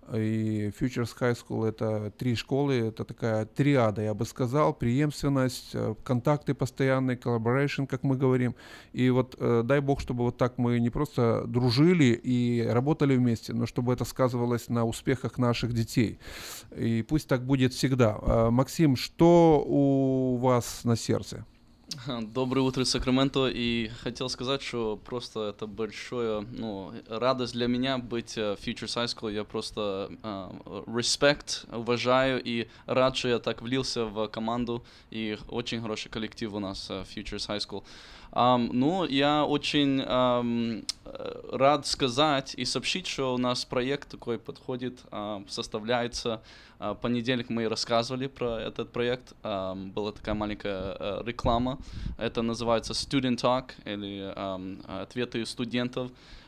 и Futures High School — это три школы, это такая триада, я бы сказал, преемственность, контакты постоянные, collaboration, как мы говорим. И вот э, дай бог, чтобы вот так мы не просто дружили и работали вместе, но чтобы это сказывалось на успехах наших детей. И пусть так будет всегда. Э, Максим, что у вас на сердце? Доброе утро, Сакраменто, и хотел сказать, что просто это большое, ну, радость для меня быть в Futures High School. Я просто uh, respect, уважаю и рад, что я так влился в команду, и очень хороший коллектив у нас в Futures High School. Um, ну, я очень um, рад сказать и сообщить, что у нас проект такой подходит, uh, составляется. Uh, понедельник мы рассказывали про этот проект, um, была такая маленькая uh, реклама. Это называется Student Talk, или um, ответы студентов.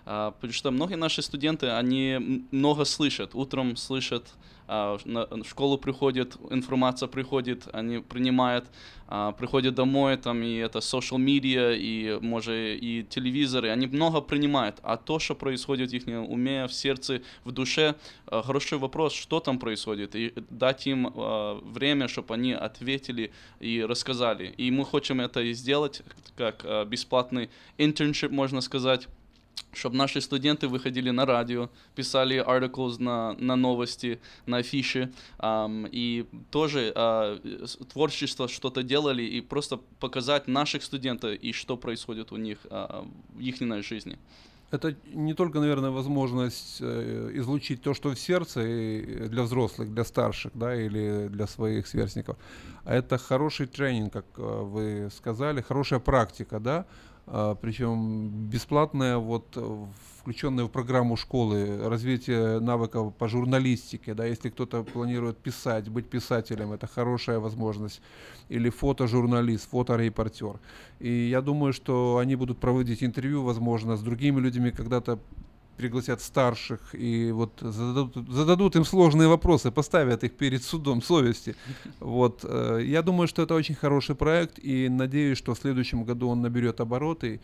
А, потому что многие наши студенты, они много слышат, утром слышат, а, на, в школу приходят, информация приходит, они принимают, а, приходят домой, там и это social media, и, может, и телевизоры, они много принимают. А то, что происходит в их уме, в сердце, в душе, а, хороший вопрос, что там происходит, и дать им а, время, чтобы они ответили и рассказали. И мы хотим это и сделать, как а, бесплатный internship, можно сказать, чтобы наши студенты выходили на радио, писали articles на, на новости, на афиши, um, и тоже uh, творчество что-то делали, и просто показать наших студентов, и что происходит у них uh, в их жизни. Это не только, наверное, возможность э, излучить то, что в сердце, и для взрослых, для старших, да, или для своих сверстников, а это хороший тренинг, как э, вы сказали, хорошая практика, да, э, причем бесплатная, вот, включенная в программу школы, развитие навыков по журналистике, да, если кто-то планирует писать, быть писателем, это хорошая возможность, или фотожурналист, фоторепортер. И я думаю, что они будут проводить интервью, возможно, с другими людьми, когда-то пригласят старших и вот зададут, зададут им сложные вопросы, поставят их перед судом совести. Вот. Я думаю, что это очень хороший проект, и надеюсь, что в следующем году он наберет обороты,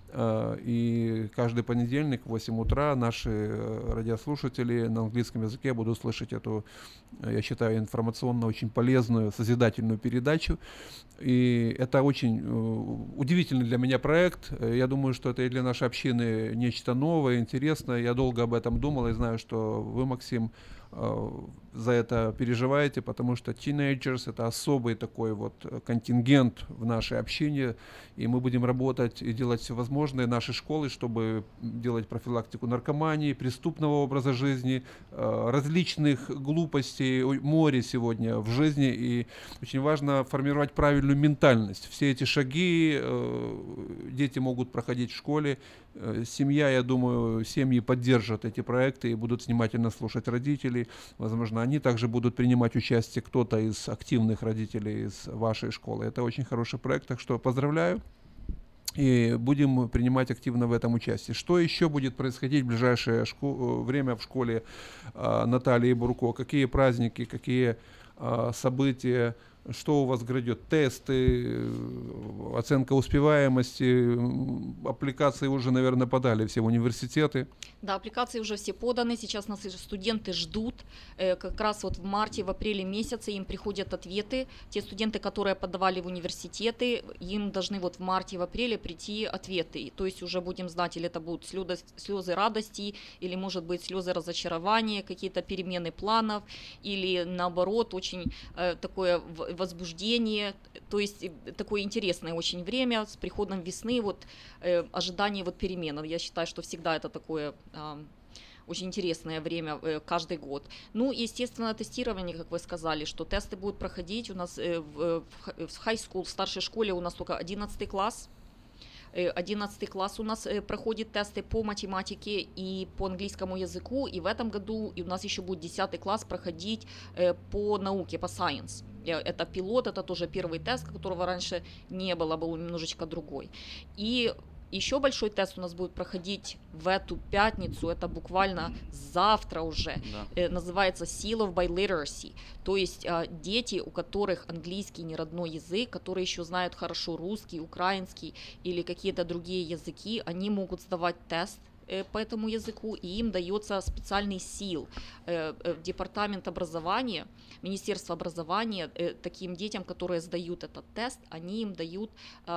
и каждый понедельник в восемь утра наши радиослушатели на английском языке будут слышать эту, я считаю, информационно очень полезную, созидательную передачу. И это очень удивительный для меня проект. Я думаю, что это и для нашей общины нечто новое, интересное. Я долго об этом думал и знаю, что вы, Максим, за это переживаете, потому что teenagers — это особый такой вот контингент в нашей общине, и мы будем работать и делать все возможное нашей школы, чтобы делать профилактику наркомании, преступного образа жизни, различных глупостей, море сегодня в жизни, и очень важно формировать правильную ментальность. Все эти шаги дети могут проходить в школе. Семья, я думаю, семьи поддержат эти проекты и будут внимательно слушать родителей. Возможно, они также будут принимать участие, кто-то из активных родителей из вашей школы. Это очень хороший проект, так что поздравляю. И будем принимать активно в этом участие. Что еще будет происходить в ближайшее шко- время в школе э, Натальи Бурко? Какие праздники, какие э, события? Что у вас грядет? Тесты, оценка успеваемости, аппликации уже, наверное, подали все университеты. Да, аппликации уже все поданы, сейчас нас студенты ждут, как раз вот в марте, в апреле месяце им приходят ответы. Те студенты, которые подавали в университеты, им должны вот в марте, в апреле прийти ответы. То есть уже будем знать, или это будут слезы, слезы радости, или, может быть, слезы разочарования, какие-то перемены планов, или наоборот, очень э, такое возбуждение, то есть такое интересное очень время с приходом весны, вот э, ожидание вот перемен. Я считаю, что всегда это такое э, очень интересное время э, каждый год. Ну, естественно, тестирование, как вы сказали, что тесты будут проходить у нас э, в, в high school, в старшей школе у нас только одиннадцатый класс. одиннадцатый класс у нас проходит тесты по математике и по английскому языку, и в этом году и у нас еще будет десятый класс проходить по науке, по science. Это пилот, это тоже первый тест, которого раньше не было, был немножечко другой. И еще большой тест у нас будет проходить в эту пятницу, это буквально завтра уже, да. Называется Seal of Biliteracy, то есть дети, у которых английский не родной язык, которые еще знают хорошо русский, украинский или какие-то другие языки, они могут сдавать тест по этому языку, и им дается специальный сил. Департамент образования, Министерство образования таким детям, которые сдают этот тест, они им дают,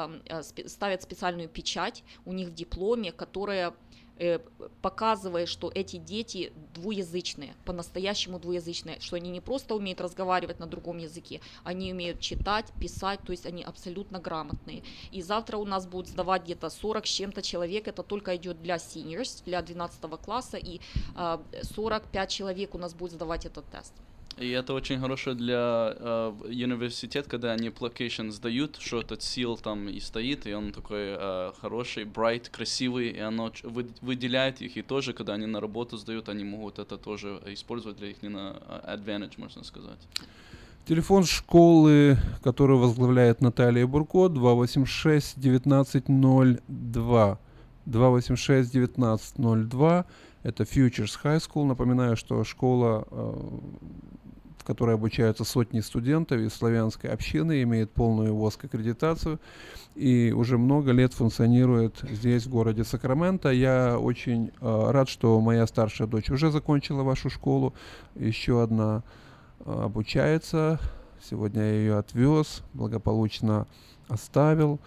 ставят специальную печать у них в дипломе, которая показывает, что эти дети двуязычные, по-настоящему двуязычные, что они не просто умеют разговаривать на другом языке, они умеют читать, писать, то есть они абсолютно грамотные. И завтра у нас будут сдавать где-то сорок с чем-то человек, это только идет для seniors, для двенадцатого класса, и сорок пять человек у нас будет сдавать этот тест. И это очень хорошо для э, университет, когда они application сдают, что этот seal там и стоит, и он такой э, хороший, bright, красивый, и оно вы, выделяет их, и тоже, когда они на работу сдают, они могут это тоже использовать для их advantage, можно сказать. Телефон школы, которую возглавляет Наталья Бурко, два восемь шесть девятнадцать ноль два. два восемь шесть девятнадцать ноль два. Это Futures High School. Напоминаю, что школа, в которой обучаются сотни студентов из славянской общины, имеет полную ВОСК аккредитацию и уже много лет функционирует здесь, в городе Сакраменто. Я очень рад, что моя старшая дочь уже закончила вашу школу. Еще одна обучается. Сегодня я ее отвез, благополучно оставил.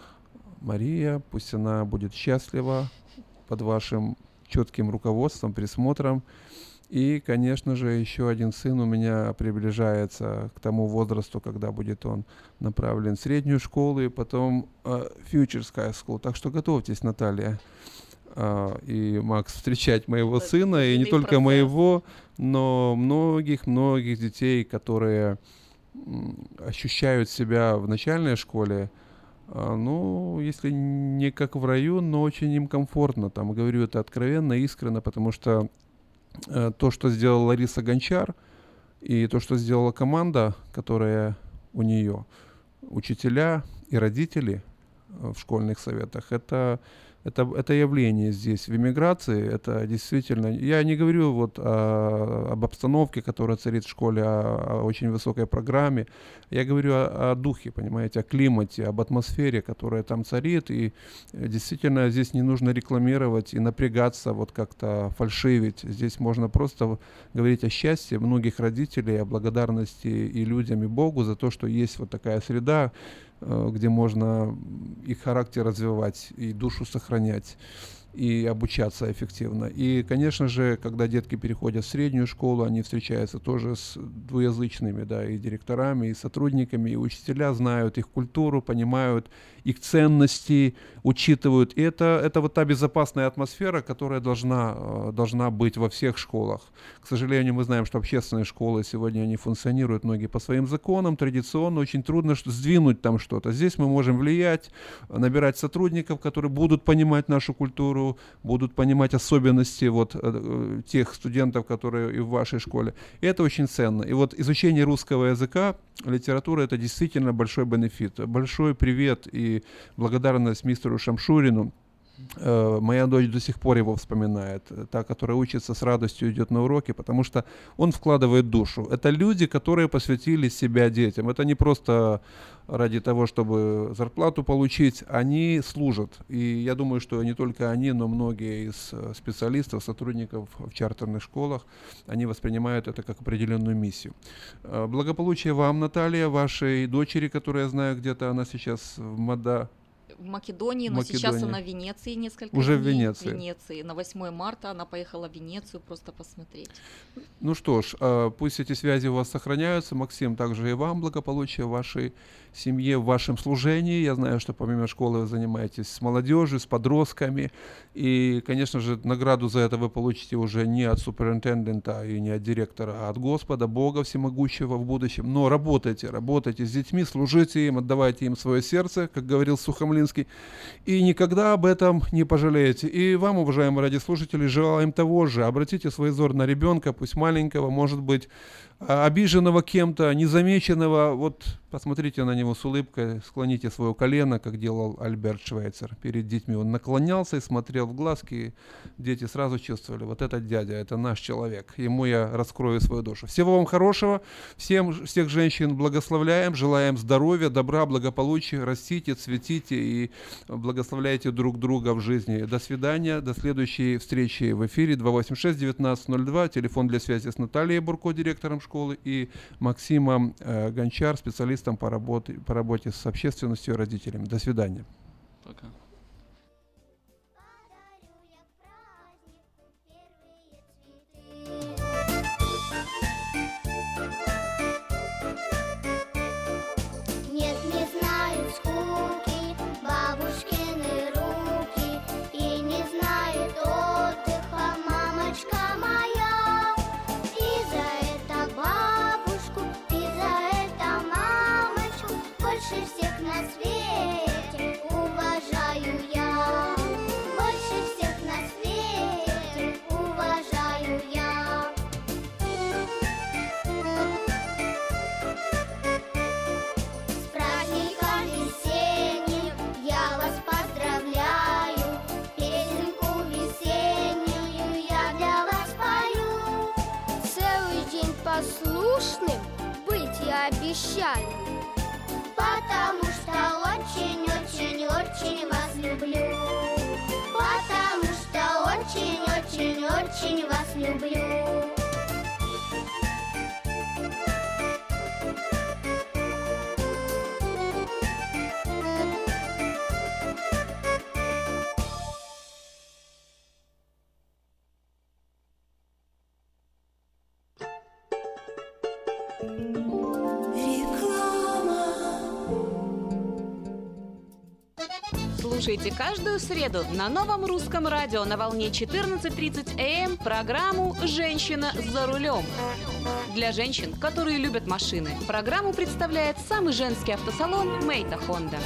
Мария, пусть она будет счастлива под вашим четким руководством, присмотром. И, конечно же, еще один сын у меня приближается к тому возрасту, когда будет он направлен в среднюю школу и потом uh, Futures High School. Так что готовьтесь, Наталья uh, и Макс, встречать моего Это сына, и не только процесс. моего, но многих-многих детей, которые м, ощущают себя в начальной школе, uh, ну, если не как в раю, но очень им комфортно. Там говорю это откровенно, искренне, потому что то, что сделала Лариса Гончар, и то, что сделала команда, которая у нее, учителя и родители в школьных советах, это, это, это явление здесь в эмиграции. Это действительно, я не говорю вот о, об обстановке, которая царит в школе, о, о очень высокой программе. Я говорю о, о духе, понимаете, о климате, об атмосфере, которая там царит. И действительно здесь не нужно рекламировать и напрягаться, вот как-то фальшивить. Здесь можно просто говорить о счастье многих родителей, о благодарности и людям, и Богу за то, что есть вот такая среда, где можно их характер развивать, и душу сохранять, и обучаться эффективно. И, конечно же, когда детки переходят в среднюю школу, они встречаются тоже с двуязычными, да, и директорами, и сотрудниками, и учителя знают их культуру, понимают их ценности, учитывают. И это, это вот та безопасная атмосфера, которая должна, должна быть во всех школах. К сожалению, мы знаем, что общественные школы сегодня они функционируют, многие по своим законам, традиционно, очень трудно что, сдвинуть там что-то. Здесь мы можем влиять, набирать сотрудников, которые будут понимать нашу культуру, будут понимать особенности вот, э, тех студентов, которые и в вашей школе. И это очень ценно. И вот изучение русского языка, литературы, это действительно большой бенефит. Большой привет и благодарность мистеру Шамшурину. Э, моя дочь до сих пор его вспоминает. Та, которая учится, с радостью идет на уроки, потому что он вкладывает душу. Это люди, которые посвятили себя детям. Это не просто ради того, чтобы зарплату получить, они служат. И я думаю, что не только они, но многие из специалистов, сотрудников в чартерных школах, они воспринимают это как определенную миссию. Благополучия вам, Наталья, вашей дочери, которая я знаю, где-то она сейчас в Мада... В Македонии, но Македонии. Сейчас она в Венеции несколько Уже дней. в Венеции. В Венеции. На восьмое марта она поехала в Венецию просто посмотреть. Ну что ж, пусть эти связи у вас сохраняются. Максим, также и вам благополучия в вашей семье, в вашем служении. Я знаю, что помимо школы вы занимаетесь с молодежью, с подростками. И, конечно же, награду за это вы получите уже не от суперинтендента и не от директора, а от Господа, Бога Всемогущего в будущем. Но работайте, работайте с детьми, служите им, отдавайте им свое сердце, как говорил Сухомлинский, и никогда об этом не пожалеете. И вам, уважаемые радиослушатели, желаем того же. Обратите свой взор на ребенка, пусть маленького, может быть, обиженного кем-то, незамеченного. Вот посмотрите на него с улыбкой, склоните свое колено, как делал Альберт Швейцер перед детьми. Он наклонялся и смотрел в глазки, и дети сразу чувствовали, вот этот дядя, это наш человек, ему я раскрою свою душу. Всего вам хорошего, всем, всех женщин благословляем, желаем здоровья, добра, благополучия, растите, цветите и благословляйте друг друга в жизни. До свидания, до следующей встречи в эфире. Два восемь шесть девятнадцать ноль два, телефон для связи с Натальей Бурко, директором школы, и Максимом э, Гончар, специалистом по работе, по работе с общественностью и родителями. До свидания. Пока. Нет, не знаю скуки, бабушкины руки, и не знает отдыха мамочка моя. И за это бабушку, и за это мамочку больше всех на свете уважаю. обещали. Потому что очень-очень-очень вас люблю. Потому что очень-очень-очень вас люблю. Слушайте каждую среду на Новом русском радио на волне четырнадцать тридцать эй эм программу «Женщина за рулем». Для женщин, которые любят машины, программу представляет самый женский автосалон «Мейта Хонда».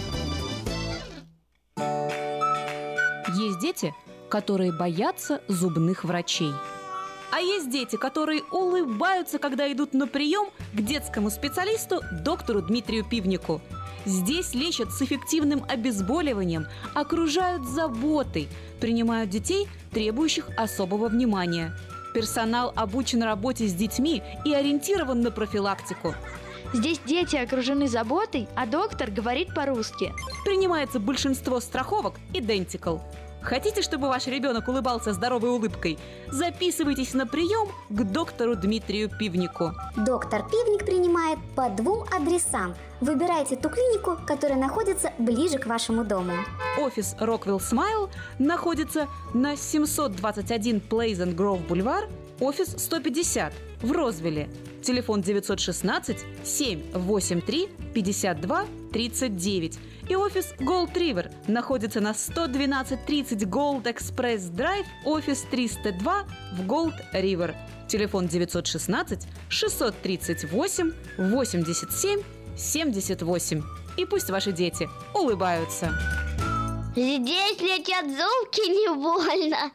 Есть дети, которые боятся зубных врачей. А есть дети, которые улыбаются, когда идут на прием к детскому специалисту доктору Дмитрию Пивнику. Здесь лечат с эффективным обезболиванием, окружают заботой, принимают детей, требующих особого внимания. Персонал обучен работе с детьми и ориентирован на профилактику. Здесь дети окружены заботой, а доктор говорит по-русски. Принимается большинство страховок Identical. Хотите, чтобы ваш ребенок улыбался здоровой улыбкой? Записывайтесь на прием к доктору Дмитрию Пивнику. Доктор Пивник принимает по двум адресам. Выбирайте ту клинику, которая находится ближе к вашему дому. Офис Rockwell Smile находится на семьсот двадцать один Pleasant Grove Boulevard, офис сто пятьдесят в Розвилле. Телефон девятьсот шестнадцать семь восемь три пятьдесят два тридцать девять. И офис Gold River находится на сто двенадцать тридцать Gold Express Drive, офис триста два в Gold River. Телефон девятьсот шестнадцать шестьсот тридцать восемь восемьдесят семь семьдесят восемь. И пусть ваши дети улыбаются. Здесь летят золки не больно.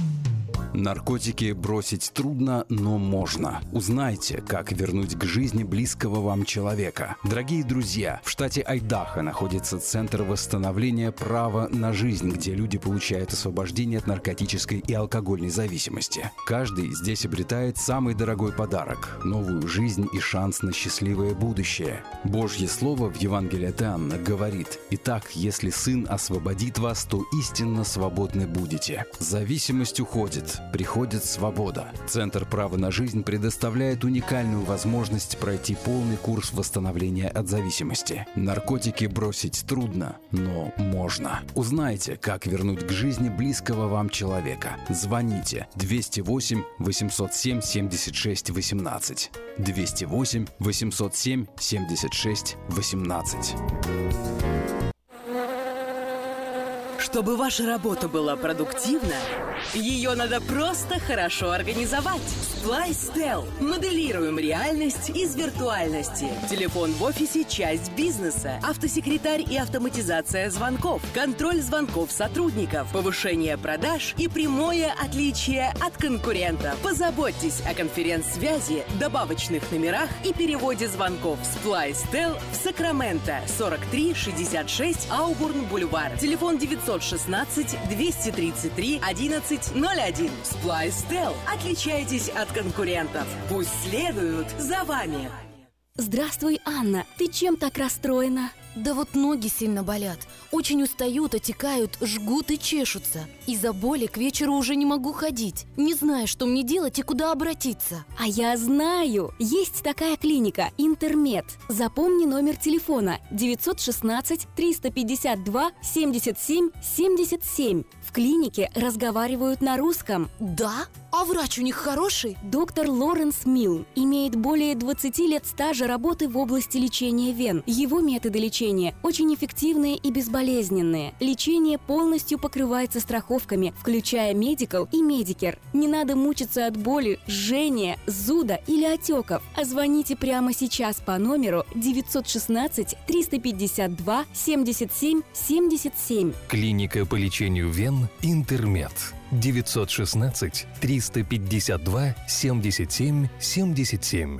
Наркотики бросить трудно, но можно. Узнайте, как вернуть к жизни близкого вам человека. Дорогие друзья, в штате Айдахо находится Центр восстановления права на жизнь, где люди получают освобождение от наркотической и алкогольной зависимости. Каждый здесь обретает самый дорогой подарок – новую жизнь и шанс на счастливое будущее. Божье Слово в Евангелии от Иоанна говорит: «Итак, если Сын освободит вас, то истинно свободны будете». Зависимость уходит. Приходит свобода. Центр права на жизнь предоставляет уникальную возможность пройти полный курс восстановления от зависимости. Наркотики бросить трудно, но можно. Узнайте, как вернуть к жизни близкого вам человека. Звоните двести восемь восемьсот семь семьдесят шесть восемнадцать. двести восемь восемьсот семь семьдесят шесть восемнадцать. Чтобы ваша работа была продуктивна, ее надо просто хорошо организовать. SpliceTel. Моделируем реальность из виртуальности. Телефон в офисе – часть бизнеса. Автосекретарь и автоматизация звонков. Контроль звонков сотрудников. Повышение продаж и прямое отличие от конкурентов. Позаботьтесь о конференц-связи, добавочных номерах и переводе звонков. SpliceTel в Сакраменто. сорок три шестьдесят шесть Аубурн Бульвар. Телефон девятьсот шестнадцать двести тридцать три одиннадцать ноль один. SpliceTel. Отличайтесь от конкурентов. Пусть следуют за вами. Здравствуй, Анна. Ты чем так расстроена? Да вот ноги сильно болят. Очень устают, отекают, жгут и чешутся. Из-за боли к вечеру уже не могу ходить. Не знаю, что мне делать и куда обратиться. А я знаю! Есть такая клиника «Интермед». Запомни номер телефона девятьсот шестнадцать триста пятьдесят два семьдесят семь семьдесят семь. В клинике разговаривают на русском. Да? А врач у них хороший? Доктор Лоренс Милн имеет более двадцати лет стажа работы в области лечения вен. Его методы лечения очень эффективные и безболезненные. Лечение полностью покрывается страховками, включая Medical и Medicare. Не надо мучиться от боли, жжения, зуда или отеков. А звоните прямо сейчас по номеру девятьсот шестнадцать триста пятьдесят два семьдесят семь семьдесят семь. Клиника по лечению вен «Интермед». девятьсот шестнадцать триста пятьдесят два семьдесят семь семьдесят семь.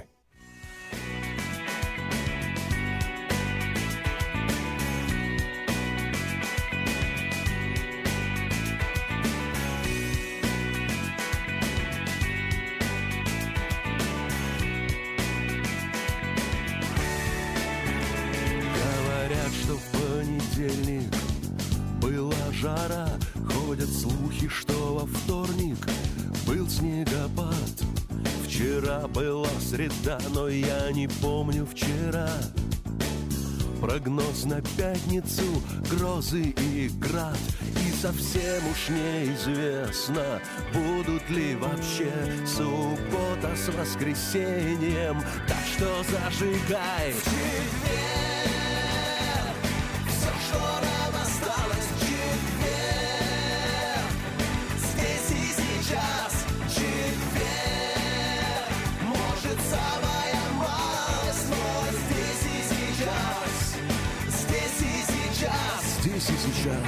понедельник была жара, ходят слухи, что во вторник был снегопад. Вчера была среда, но я не помню вчера. Прогноз на пятницу, грозы и град. И совсем уж неизвестно, будут ли вообще суббота с воскресеньем. Так что зажигай в четверг все, что нам осталось в четверг. Здесь и сейчас четверг, может самая малость, но здесь и сейчас. Здесь и сейчас. Здесь и сейчас.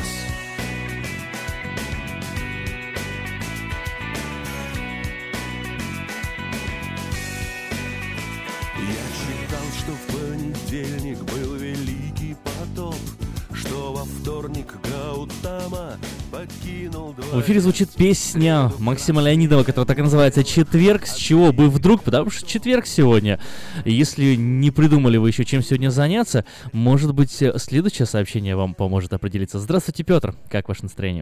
Я читал, что в понедельник был великий потоп, что во вторник Гаутама покинул два... В эфире звучит песня Максима Леонидова, которая так и называется «Четверг». С чего бы вдруг? Потому что четверг сегодня. Если не придумали вы еще, чем сегодня заняться, может быть, следующее сообщение вам поможет определиться. Здравствуйте, Петр. Как ваше настроение?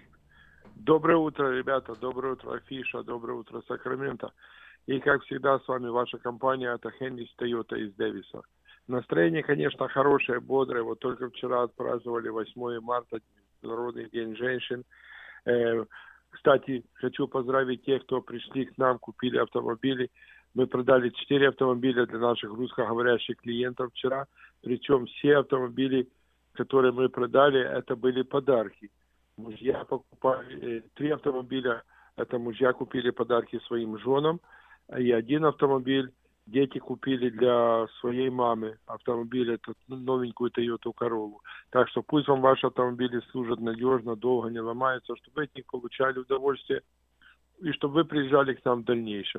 Доброе утро, ребята. Доброе утро, Афиша. Доброе утро, Сакраменто. И, как всегда, с вами ваша компания, это Хенрис Тойота из Дэвиса. Настроение, конечно, хорошее, бодрое. Вот только вчера отпраздновали восьмое марта, Международный день женщин. Э, кстати, хочу поздравить тех, кто пришли к нам, купили автомобили. Мы продали четыре автомобиля для наших русскоговорящих клиентов вчера. Причем все автомобили, которые мы продали, это были подарки. Мужья покупали, три автомобиля, это мужья купили подарки своим женам. И один автомобиль дети купили для своей мамы. Автомобиль этот, новенькую Toyota Corolla. Так что пусть вам ваши автомобили служат надежно, долго не ломаются, чтобы вы от них получали удовольствие и чтобы вы приезжали к нам в дальнейшем.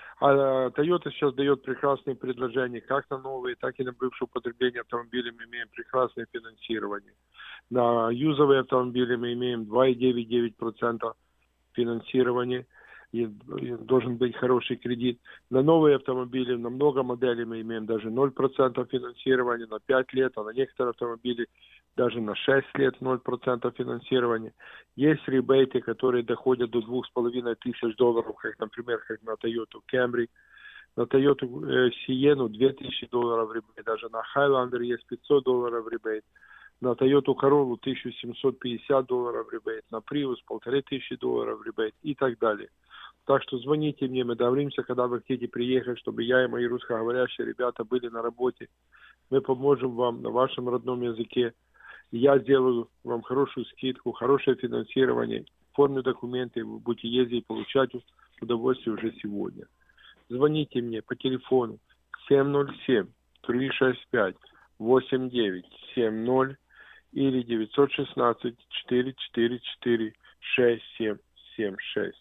А Toyota сейчас дает прекрасные предложения, как на новые, так и на бывшее употребление автомобиля. Мы имеем прекрасное финансирование. На юзовые автомобили мы имеем два целых девять десятых процента финансирования. И должен быть хороший кредит. На новые автомобили, на много моделей мы имеем даже ноль процентов финансирования на пять лет, а на некоторые автомобили даже на шесть лет ноль процентов финансирования. Есть ребейты, которые доходят до двух с половиной тысяч долларов, как, например, как на Toyota Camry. На Toyota Sienna две тысячи долларов ребейт, даже на Highlander есть пятьсот долларов ребейт. На Toyota Corolla тысяча семьсот пятьдесят долларов ребейт, на Prius полторы тысячи долларов ребейт и так далее. Так что звоните мне, мы договоримся, когда вы хотите приехать, чтобы я и мои русскоговорящие ребята были на работе. Мы поможем вам на вашем родном языке. Я сделаю вам хорошую скидку, хорошее финансирование, оформлю документы, вы будете ездить и получать удовольствие уже сегодня. Звоните мне по телефону семь ноль семь три шесть пять восемь девять семь ноль или девять один шесть четыре четыре четыре шесть семь семь шесть.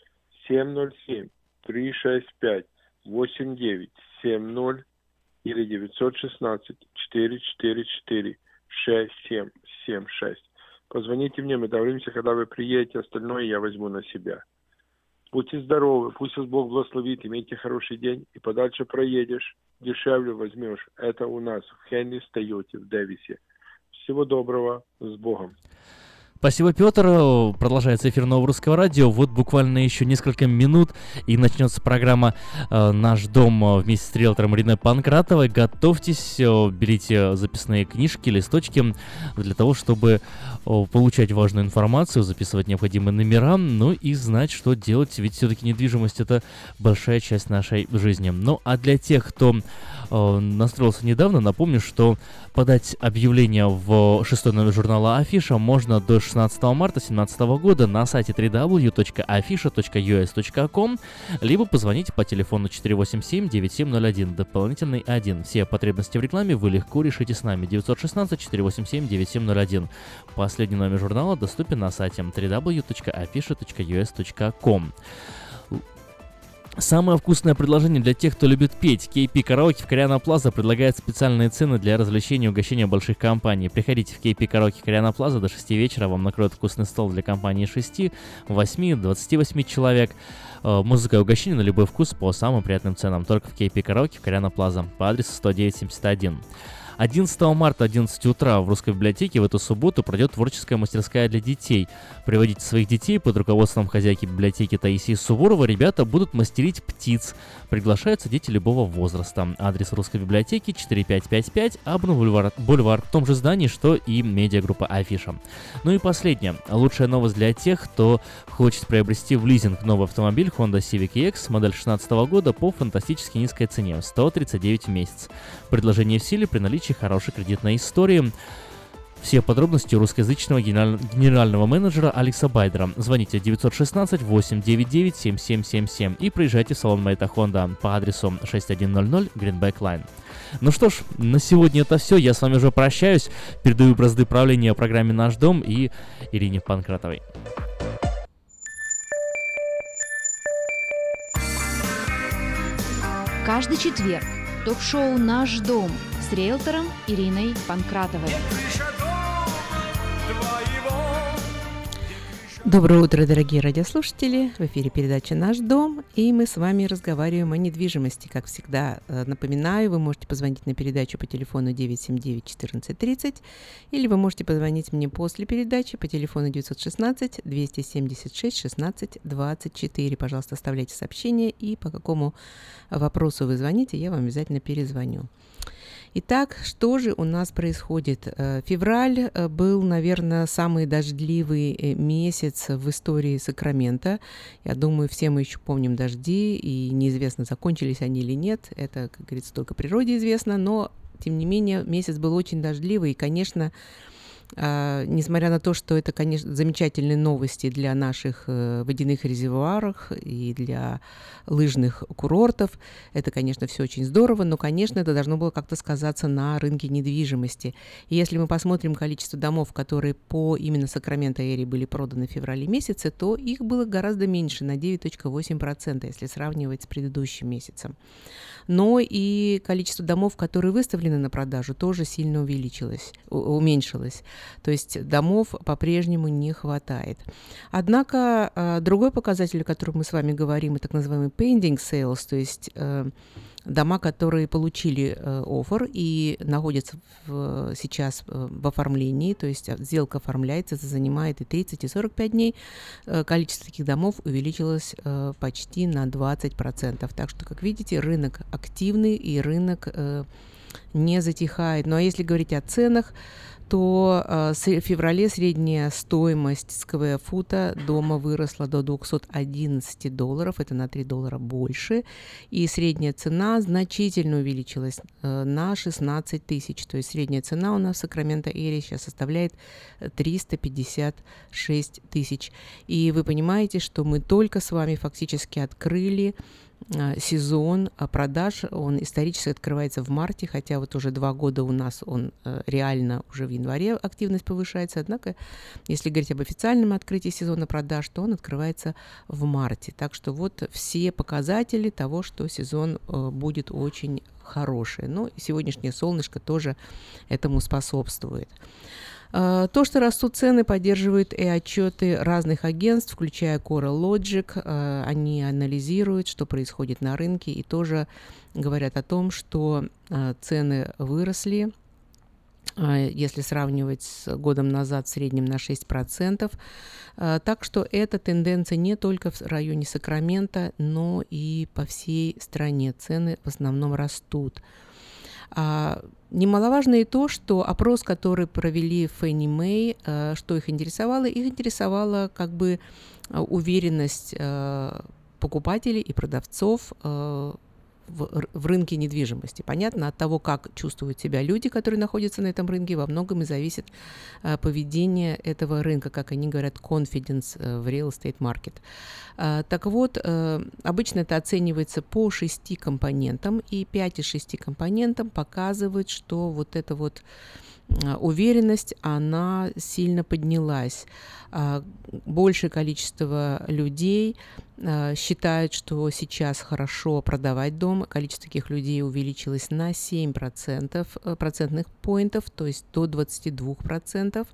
семь ноль семь три шесть пять восемь девять семь ноль или девять один шесть четыре четыре четыре шесть семь семь шесть. Позвоните мне, мы договоримся, когда вы приедете, остальное я возьму на себя. Будьте здоровы, пусть вас Бог благословит, имейте хороший день и подальше проедешь, дешевле возьмешь. Это у нас в Хенрис Тойоте в Дэвисе. Всего доброго, с Богом. Спасибо, Петр. Продолжается эфир Нового Русского Радио. Вот буквально еще несколько минут и начнется программа э, «Наш дом» вместе с риэлтором Ириной Панкратовой. Готовьтесь, э, берите записные книжки, листочки для того, чтобы э, получать важную информацию, записывать необходимые номера, ну и знать, что делать, ведь все-таки недвижимость — это большая часть нашей жизни. Ну а для тех, кто э, настроился недавно, напомню, что подать объявление в шестой номер журнала «Афиша» можно до шестнадцатого марта две тысячи семнадцатого года на сайте дабл ю дабл ю дабл ю точка афиша точка ю эс точка ком, либо позвоните по телефону четыре восемь семь девять семь ноль один, дополнительный один. Все потребности в рекламе вы легко решите с нами. девять один шесть четыре восемь семь девять семь ноль один. Последний номер журнала доступен на сайте дабл ю дабл ю дабл ю точка афиша точка ю эс точка ком. Самое вкусное предложение для тех, кто любит петь. кей пи Караоке в Кориана Плаза предлагает специальные цены для развлечений и угощения больших компаний. Приходите в кей пи Караоке Кориана Плаза до шести вечера, вам накроют вкусный стол для компании шести, восьми, двадцати восьми человек. Музыка и угощение на любой вкус по самым приятным ценам. Только в кей пи Караоке в Кориана Плаза по адресу сто девять семьдесят один. одиннадцатого марта, одиннадцать утра в Русской библиотеке в эту субботу пройдет творческая мастерская для детей. Приводите своих детей под руководством хозяйки библиотеки Таисии Суворовой. Ребята будут мастерить птиц. Приглашаются дети любого возраста. Адрес Русской библиотеки четыре пять пять пять, Абн бульвар, бульвар, в том же здании, что и медиагруппа Афиша. Ну и последнее. Лучшая новость для тех, кто хочет приобрести в лизинг новый автомобиль Honda Civic и экс модель шестнадцатого года по фантастически низкой цене – сто тридцать девять в месяц. Предложение в силе при наличии хорошей кредитной истории. Все подробности у русскоязычного генераль... генерального менеджера Алекса Байдера. Звоните девять один шесть восемь девять девять семь семь семь семь и приезжайте в салон Мэйта Honda по адресу шесть один ноль ноль Greenback Line. Ну что ж, на сегодня это все. Я с вами уже прощаюсь. Передаю бразды правления программе «Наш дом» и Ирине Панкратовой. Каждый четверг ток-шоу «Наш дом» с риэлтором Ириной Панкратовой. Доброе утро, дорогие радиослушатели! В эфире передача «Наш дом», и мы с вами разговариваем о недвижимости. Как всегда, напоминаю, вы можете позвонить на передачу по телефону девять семь девять четырнадцать тридцать, или вы можете позвонить мне после передачи по телефону девять один шесть двести семьдесят шесть шестнадцать двадцать четыре. Пожалуйста, оставляйте сообщение, и по какому вопросу вы звоните, я вам обязательно перезвоню. Итак, что же у нас происходит? Февраль был, наверное, самый дождливый месяц в истории Сакрамента. Я думаю, все мы еще помним дожди, и неизвестно, закончились они или нет. Это, как говорится, только природе известно, но, тем не менее, месяц был очень дождливый, и, конечно, Uh, несмотря на то, что это, конечно, замечательные новости для наших uh, водяных резервуаров и для лыжных курортов, это, конечно, все очень здорово, но, конечно, это должно было как-то сказаться на рынке недвижимости. И если мы посмотрим количество домов, которые по именно Сакраменто-Эри были проданы в феврале месяце, то их было гораздо меньше, на девять целых восемь десятых процента, если сравнивать с предыдущим месяцем. Но и количество домов, которые выставлены на продажу, тоже сильно увеличилось, уменьшилось. То есть домов по-прежнему не хватает. Однако другой показатель, о котором мы с вами говорим, это так называемый pending sales, то есть дома, которые получили оффер и находятся в, сейчас в оформлении, то есть сделка оформляется, это занимает и тридцать, и сорок пять дней. Количество таких домов увеличилось почти на двадцать процентов. Так что, как видите, рынок активный и рынок не затихает. Ну а если говорить о ценах, то э, в феврале средняя стоимость сквер-фута дома выросла до двести одиннадцать долларов, это на три доллара больше, и средняя цена значительно увеличилась э, на шестнадцать тысяч, то есть средняя цена у нас в Сакраменто-Эри сейчас составляет триста пятьдесят шесть тысяч. И вы понимаете, что мы только с вами фактически открыли сезон продаж. Он исторически открывается в марте, хотя вот уже два года у нас он реально уже в январе активность повышается. Однако, если говорить об официальном открытии сезона продаж, то он открывается в марте. Так что вот все показатели того, что сезон будет очень хороший. Но сегодняшнее солнышко тоже этому способствует. То, что растут цены, поддерживают и отчеты разных агентств, включая CoreLogic. Они анализируют, что происходит на рынке, и тоже говорят о том, что цены выросли, если сравнивать с годом назад, в среднем на шесть процентов. Так что эта тенденция не только в районе Сакрамента, но и по всей стране. Цены в основном растут. А, немаловажно и то, что опрос, который провели Фенни Мэй, а, что их интересовало? Их интересовала как бы уверенность а, покупателей и продавцов а, в, в рынке недвижимости. Понятно, от того, как чувствуют себя люди, которые находятся на этом рынке, во многом и зависит а, поведение этого рынка, как они говорят, confidence а, в real estate market. А, так вот, а, обычно это оценивается по шести компонентам, и пять из шести компонентов показывают, что вот это вот уверенность, она сильно поднялась. Большее количество людей считают, что сейчас хорошо продавать дом. Количество таких людей увеличилось на семь процентов, процентных поинтов, то есть до двадцати двух процентов.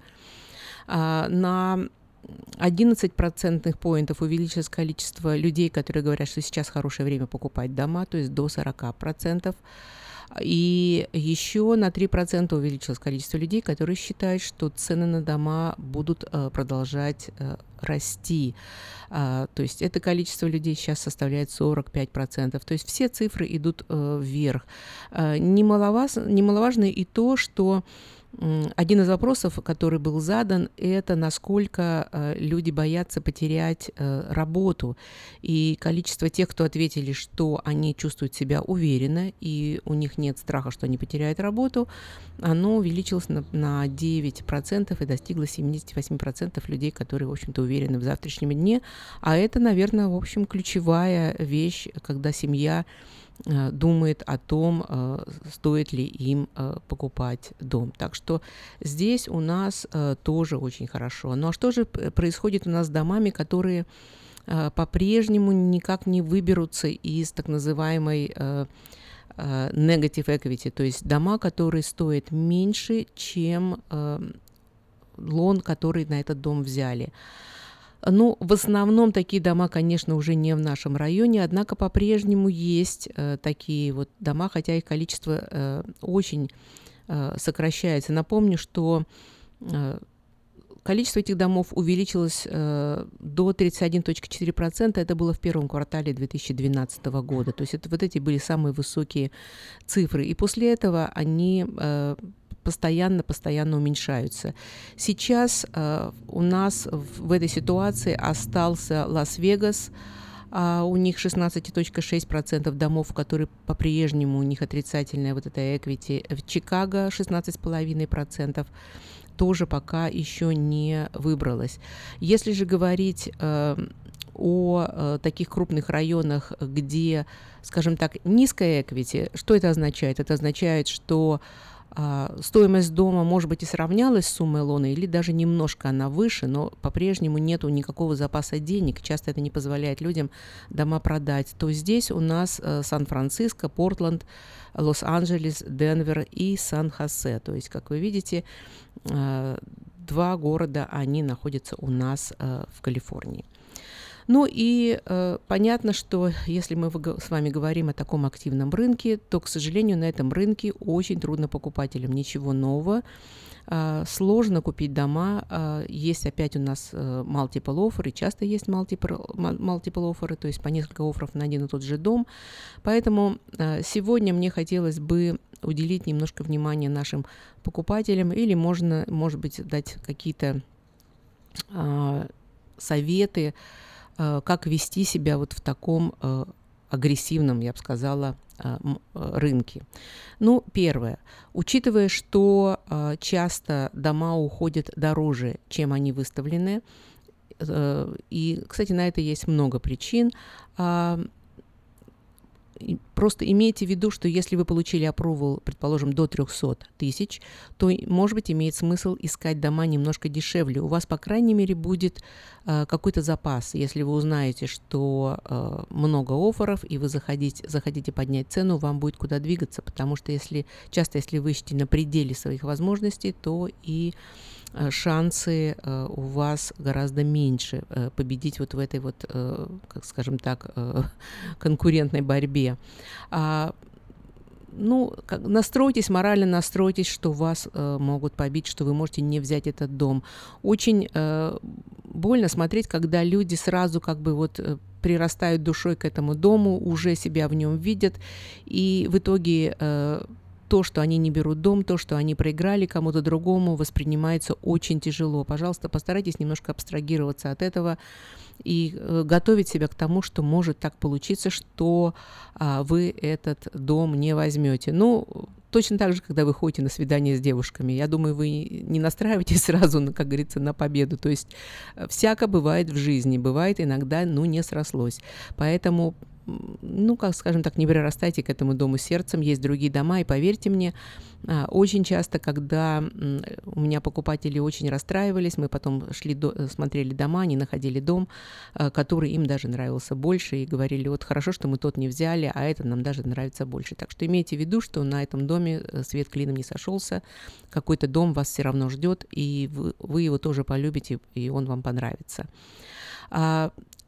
На одиннадцать процентных поинтов увеличилось количество людей, которые говорят, что сейчас хорошее время покупать дома, то есть до сорока процентов. И еще на три процента увеличилось количество людей, которые считают, что цены на дома будут э, продолжать э, расти. А, то есть это количество людей сейчас составляет сорок пять процентов. То есть все цифры идут э, вверх. А, немаловаж, немаловажно и то, что один из вопросов, который был задан, это насколько э, люди боятся потерять э, работу. И количество тех, кто ответили, что они чувствуют себя уверенно, и у них нет страха, что они потеряют работу, оно увеличилось на, на девять процентов и достигло семьдесят восемь процентов людей, которые, в общем-то, уверены в завтрашнем дне. А это, наверное, в общем, ключевая вещь, когда семья думает о том, стоит ли им покупать дом. Так что здесь у нас тоже очень хорошо. Ну а что же происходит у нас с домами, которые по-прежнему никак не выберутся из так называемой negative equity, то есть дома, которые стоят меньше, чем лон, который на этот дом взяли? Ну, в основном такие дома, конечно, уже не в нашем районе, однако по-прежнему есть э, такие вот дома, хотя их количество э, очень э, сокращается. Напомню, что э, количество этих домов увеличилось э, до тридцать один целых четыре десятых процента. Это было в первом квартале две тысячи двенадцатого года. То есть это, вот эти были самые высокие цифры. И после этого они э, постоянно-постоянно уменьшаются. Сейчас э, у нас в, в этой ситуации остался Лас-Вегас. А у них шестнадцать целых шесть десятых процента домов, которые по-прежнему у них отрицательная вот эта equity. В Чикаго шестнадцать целых пять десятых процента тоже пока еще не выбралась. Если же говорить э, о э, таких крупных районах, где, скажем так, низкая equity, что это означает? Это означает, что Uh, стоимость дома, может быть, и сравнялась с суммой лона, или даже немножко она выше, но по-прежнему нету никакого запаса денег. Часто это не позволяет людям дома продать. То здесь у нас uh, Сан-Франциско, Портленд, Лос-Анджелес, Денвер и Сан-Хосе. То есть, как вы видите, uh, два города, они находятся у нас uh, в Калифорнии. Ну и э, понятно, что если мы с вами говорим о таком активном рынке, то, к сожалению, на этом рынке очень трудно покупателям ничего нового. Э, сложно купить дома. Э, есть опять у нас э, multiple offer, и часто есть multiple, multiple offer, то есть по несколько офферов на один и тот же дом. Поэтому э, сегодня мне хотелось бы уделить немножко внимания нашим покупателям, или можно, может быть, дать какие-то э, советы, как вести себя вот в таком э, агрессивном, я бы сказала, э, рынке. Ну, первое. Учитывая, что э, часто дома уходят дороже, чем они выставлены, э, и, кстати, на это есть много причин, э, просто имейте в виду, что если вы получили approval, предположим, до триста тысяч, то, может быть, имеет смысл искать дома немножко дешевле. У вас, по крайней мере, будет э, какой-то запас. Если вы узнаете, что э, много офферов, и вы заходите, захотите поднять цену, вам будет куда двигаться, потому что если, часто, если вы ищете на пределе своих возможностей, то и э, шансы э, у вас гораздо меньше э, победить вот в этой вот, э, как скажем так, э, конкурентной борьбе. А, ну, как, настройтесь, морально настройтесь, что вас э, могут побить, что вы можете не взять этот дом. Очень э, больно смотреть, когда люди сразу как бы вот э, прирастают душой к этому дому, уже себя в нем видят, и в итоге э, то, что они не берут дом, то, что они проиграли кому-то другому, воспринимается очень тяжело. Пожалуйста, постарайтесь немножко абстрагироваться от этого и э, готовить себя к тому, что может так получиться, что а, вы этот дом не возьмете. Ну, точно так же, когда вы ходите на свидание с девушками. Я думаю, вы не настраиваетесь сразу, на, как говорится, на победу. То есть всяко бывает в жизни. Бывает иногда, ну, не срослось. Поэтому, ну, как скажем так, не прирастайте к этому дому сердцем. Есть другие дома, и поверьте мне, очень часто, когда у меня покупатели очень расстраивались, мы потом шли, до, смотрели дома, они находили дом, который им даже нравился больше, и говорили, вот хорошо, что мы тот не взяли, а этот нам даже нравится больше. Так что имейте в виду, что на этом доме свет клином не сошелся, какой-то дом вас все равно ждет, и вы, вы его тоже полюбите, и он вам понравится.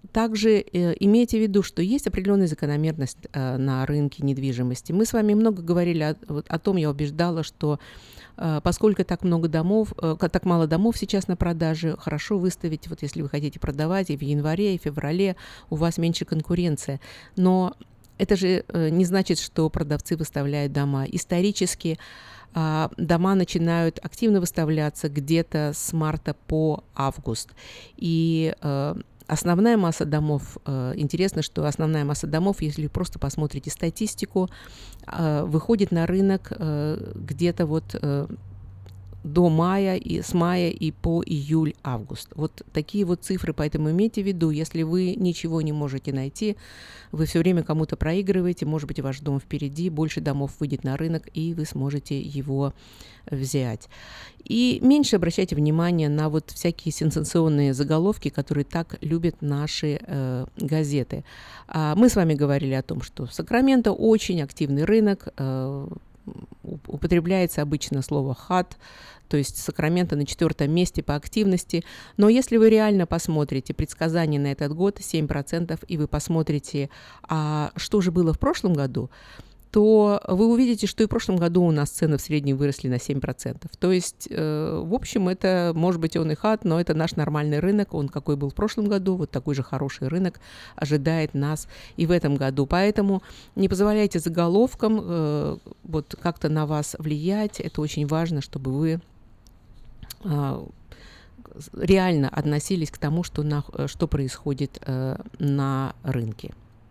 также э, имейте в виду, что есть определенная закономерность э, на рынке недвижимости. Мы с вами много говорили о, вот, о том, я убеждала, что э, поскольку так много домов, э, так мало домов сейчас на продаже, хорошо выставить, вот если вы хотите продавать и в январе, и в феврале, у вас меньше конкуренция. Но это же э, не значит, что продавцы выставляют дома. Исторически э, дома начинают активно выставляться где-то с марта по август. И э, Основная масса домов, э, интересно, что основная масса домов, если вы просто посмотрите статистику, э, выходит на рынок э, где-то вот э, до мая, и с мая и по июль-август. Вот такие вот цифры, поэтому имейте в виду, если вы ничего не можете найти, вы все время кому-то проигрываете, может быть, ваш дом впереди, больше домов выйдет на рынок, и вы сможете его взять. И меньше обращайте внимание на вот всякие сенсационные заголовки, которые так любят наши э, газеты. А мы с вами говорили о том, что в Сакраменто очень активный рынок, э, употребляется обычно слово hot, то есть Сакраменто на четвертом месте по активности. Но если вы реально посмотрите предсказания на этот год, семь процентов, и вы посмотрите, а что же было в прошлом году, то вы увидите, что и в прошлом году у нас цены в среднем выросли на семь процентов. То есть, э, в общем, это, может быть, он и хат, но это наш нормальный рынок, он какой был в прошлом году, вот такой же хороший рынок ожидает нас и в этом году. Поэтому не позволяйте заголовкам э, вот как-то на вас влиять, это очень важно, чтобы вы э, реально относились к тому, что, на, что происходит э, на рынке.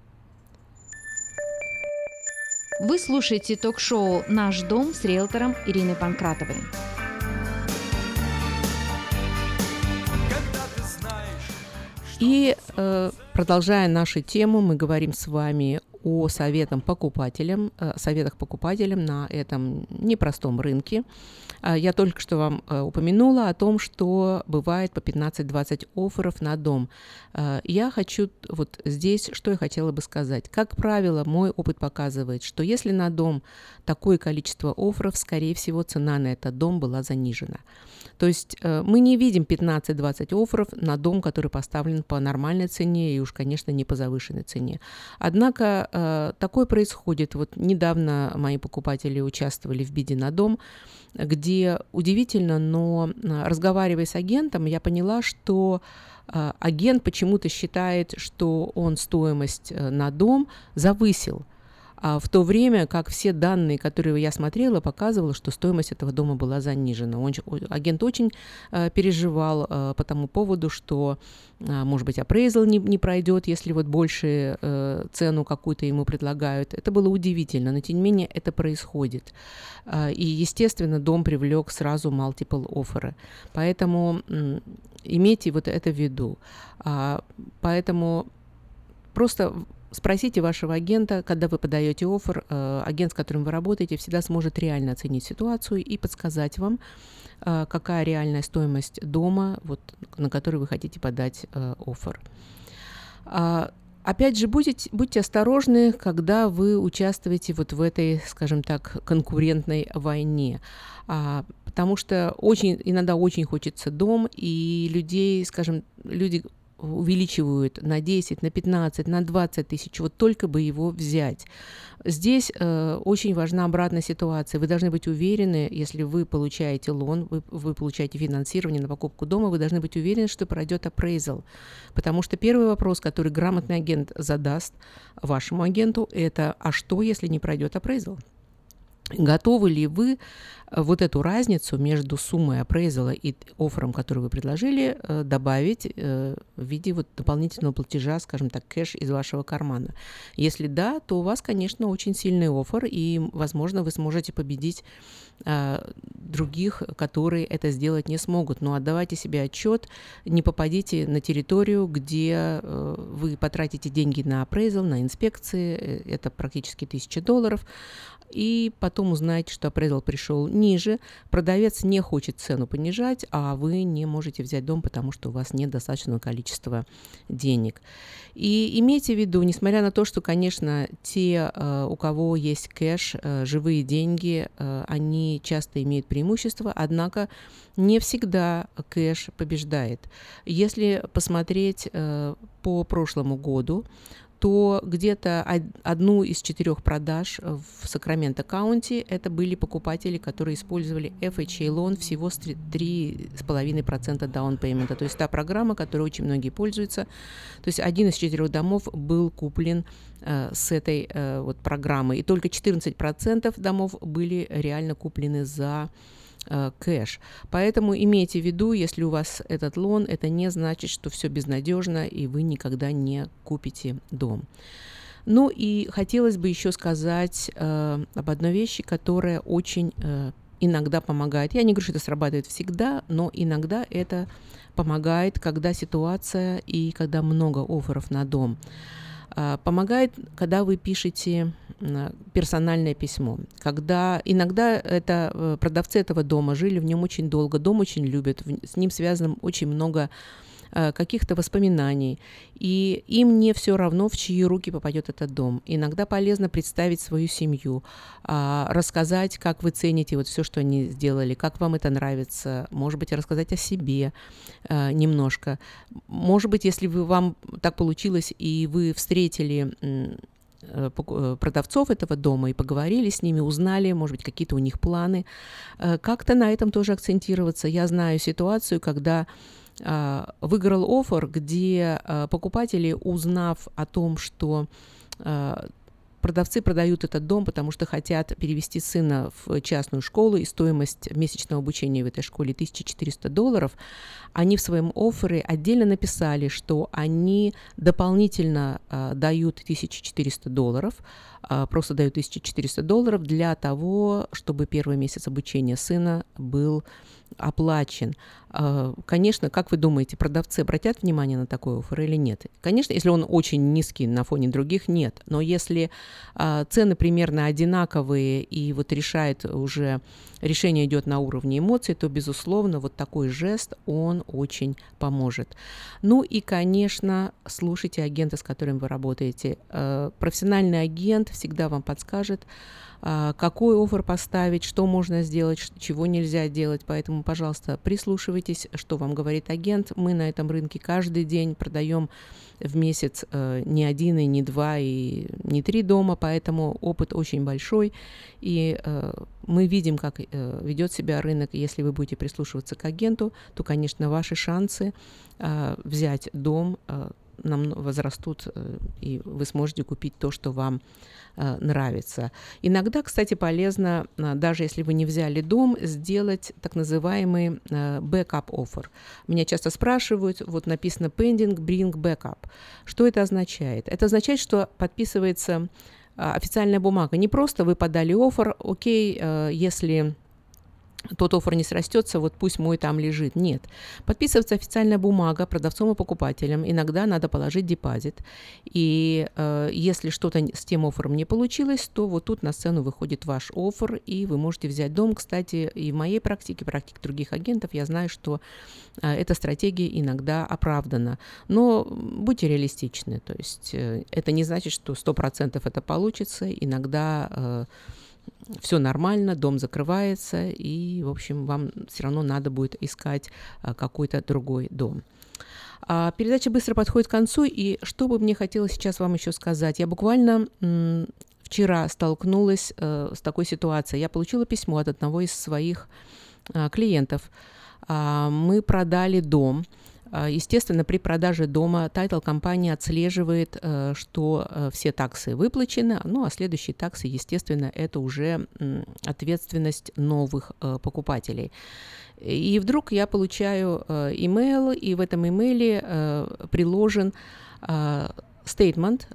Вы слушаете ток-шоу «Наш дом» с риэлтором Ириной Панкратовой. И э, продолжая нашу тему, мы говорим с вами о советах покупателям, э, советах покупателям на этом непростом рынке. Э, я только что вам э, упомянула о том, что бывает по пятнадцать-двадцать офферов на дом. Э, я хочу вот здесь, что я хотела бы сказать. Как правило, мой опыт показывает, что если на дом такое количество офферов, скорее всего, цена на этот дом была занижена. То есть э, мы не видим пятнадцать-двадцать офферов на дом, который поставлен по нормальной цене и уж, конечно, не по завышенной цене. Однако э, такое происходит. Вот недавно мои покупатели участвовали в биде на дом, где удивительно, но разговаривая с агентом, я поняла, что э, агент почему-то считает, что он стоимость э, на дом завысил. А в то время как все данные, которые я смотрела, показывали, что стоимость этого дома была занижена. Он, агент очень э, переживал э, по тому поводу, что, э, может быть, appraisal не, не пройдет, если вот больше э, цену какую-то ему предлагают. Это было удивительно, но тем не менее это происходит. Э, и, естественно, дом привлек сразу multiple offer. Поэтому э, имейте вот это в виду. Э, поэтому просто... Спросите вашего агента, когда вы подаете оффер, э, агент, с которым вы работаете, всегда сможет реально оценить ситуацию и подсказать вам, э, какая реальная стоимость дома, вот, на который вы хотите подать э, оффер. А, опять же, будете, будьте осторожны, когда вы участвуете вот в этой, скажем так, конкурентной войне. А, потому что очень, иногда очень хочется дом, и людей, скажем, люди... увеличивают на десять, на пятнадцать, на двадцать тысяч, вот только бы его взять. Здесь э, очень важна обратная ситуация. Вы должны быть уверены, если вы получаете лон, вы, вы получаете финансирование на покупку дома, вы должны быть уверены, что пройдет appraisal. Потому что первый вопрос, который грамотный агент задаст вашему агенту, это «а что, если не пройдет appraisal?» Готовы ли вы вот эту разницу между суммой апрейзала и оффером, который вы предложили, добавить в виде вот дополнительного платежа, скажем так, кэш из вашего кармана? Если да, то у вас, конечно, очень сильный оффер, и, возможно, вы сможете победить других, которые это сделать не смогут. Но отдавайте себе отчет, не попадите на территорию, где вы потратите деньги на апрейзал, на инспекции, это практически тысяча долларов, и потом потом узнаете, что appraisal пришел ниже, продавец не хочет цену понижать, а вы не можете взять дом, потому что у вас нет достаточного количества денег. И имейте в виду, несмотря на то, что, конечно, те, у кого есть кэш, живые деньги, они часто имеют преимущество, однако не всегда кэш побеждает. Если посмотреть по прошлому году, то где-то одну из четырех продаж в Сакраменто-Каунти это были покупатели, которые использовали эф эйч эй loan всего с три целых пять десятых процента down payment. То есть та программа, которой очень многие пользуются. То есть один из четырех домов был куплен э, с этой э, вот программой. И только четырнадцать процентов домов были реально куплены за кэш. Поэтому имейте в виду, если у вас этот лон, это не значит, что все безнадежно и вы никогда не купите дом. Ну и хотелось бы еще сказать э, об одной вещи, которая очень э, иногда помогает. Я не говорю, что это срабатывает всегда, но иногда это помогает, когда ситуация и когда много офферов на дом. Помогает, когда вы пишете персональное письмо. Когда иногда это продавцы этого дома жили в нем очень долго, дом очень любят, с ним связано очень много каких-то воспоминаний, и им не все равно, в чьи руки попадет этот дом. Иногда полезно представить свою семью, рассказать, как вы цените вот все, что они сделали, как вам это нравится, может быть, рассказать о себе немножко. Может быть, если вы, вам так получилось, и вы встретили продавцов этого дома и поговорили с ними, узнали, может быть, какие-то у них планы, как-то на этом тоже акцентироваться. Я знаю ситуацию, когда выиграл оффер, где покупатели, узнав о том, что продавцы продают этот дом, потому что хотят перевести сына в частную школу, и стоимость месячного обучения в этой школе тысяча четыреста долларов, они в своем оффере отдельно написали, что они дополнительно а, дают тысячу четыреста долларов, а, просто дают тысячу четыреста долларов для того, чтобы первый месяц обучения сына был оплачен. Конечно, как вы думаете, продавцы обратят внимание на такой оффер или нет? Конечно, если он очень низкий на фоне других, нет. Но если цены примерно одинаковые и вот решает уже, решение идет на уровне эмоций, то, безусловно, вот такой жест, он очень поможет. Ну и, конечно, слушайте агента, с которым вы работаете. Профессиональный агент всегда вам подскажет, какой оффер поставить, что можно сделать, чего нельзя делать. Поэтому, пожалуйста, прислушивайтесь, что вам говорит агент. Мы на этом рынке каждый день продаем в месяц э, не один, и не два, и не три дома, поэтому опыт очень большой. И э, мы видим, как э, ведет себя рынок. Если вы будете прислушиваться к агенту, то, конечно, ваши шансы э, взять дом э, нам возрастут, э, и вы сможете купить то, что вам э, нравится. Иногда, кстати, полезно, э, даже если вы не взяли дом, сделать так называемый э, backup offer. Меня часто спрашивают, вот написано pending, bring backup. Что это означает? Это означает, что подписывается э, официальная бумага. Не просто вы подали оффер, окей, э, если тот оффер не срастется, вот пусть мой там лежит. Нет. Подписывается официальная бумага продавцом и покупателем. Иногда надо положить депозит. И э, если что-то с тем оффером не получилось, то вот тут на сцену выходит ваш оффер, и вы можете взять дом. Кстати, и в моей практике, практике других агентов, я знаю, что э, эта стратегия иногда оправдана. Но будьте реалистичны. То есть э, это не значит, что сто процентов это получится. Иногда э, все нормально, дом закрывается, и, в общем, вам все равно надо будет искать а, какой-то другой дом. А, передача быстро подходит к концу, и что бы мне хотелось сейчас вам еще сказать. Я буквально м, вчера столкнулась э, с такой ситуацией. Я получила письмо от одного из своих а, клиентов. А, мы продали дом. Естественно, при продаже дома тайтл-компания отслеживает, что все таксы выплачены, ну а следующие таксы, естественно, это уже ответственность новых покупателей. И вдруг я получаю имейл, и в этом имейле приложен стейтмент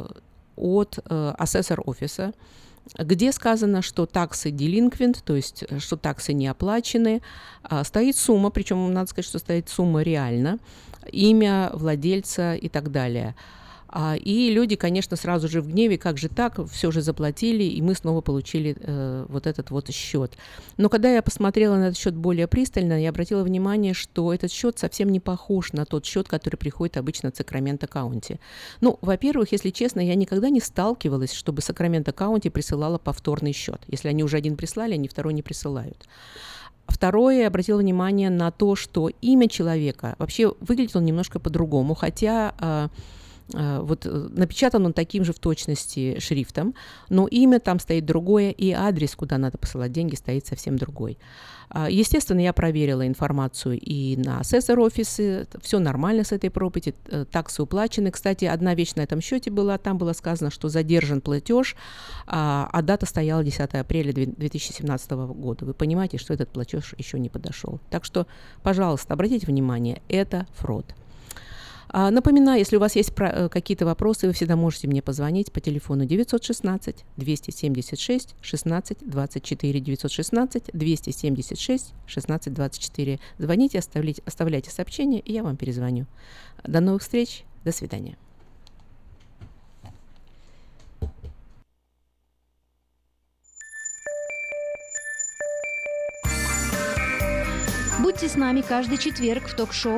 от ассессор офиса, где сказано, что таксы delinquent, то есть что таксы не оплачены, стоит сумма, причем надо сказать, что стоит сумма реально, имя владельца и так далее. А, и люди, конечно, сразу же в гневе, как же так, все же заплатили, и мы снова получили э, вот этот вот счет. Но когда я посмотрела на этот счет более пристально, я обратила внимание, что этот счет совсем не похож на тот счет, который приходит обычно в Сакраменто Каунти. Ну, во-первых, если честно, я никогда не сталкивалась, чтобы Сакраменто Каунти присылала повторный счет. Если они уже один прислали, они второй не присылают. Второе, я обратила внимание на то, что имя человека, вообще выглядит он немножко по-другому, хотя... Э, Вот напечатан он таким же в точности шрифтом, но имя там стоит другое, и адрес, куда надо посылать деньги, стоит совсем другой. Естественно, я проверила информацию и на assessor-офисы, все нормально с этой property, таксы уплачены. Кстати, одна вещь на этом счете была, там было сказано, что задержан платеж, а дата стояла десятого апреля две тысячи семнадцатого года. Вы понимаете, что этот платеж еще не подошел. Так что, пожалуйста, обратите внимание, это фрод. Напоминаю, если у вас есть какие-то вопросы, вы всегда можете мне позвонить по телефону девятьсот шестнадцать двести семьдесят шесть шестнадцать двадцать четыре, девятьсот шестнадцать двести семьдесят шесть шестнадцать двадцать четыре. Звоните, оставляйте, оставляйте сообщения, и я вам перезвоню. До новых встреч, до свидания. Будьте с нами каждый четверг в ток-шоу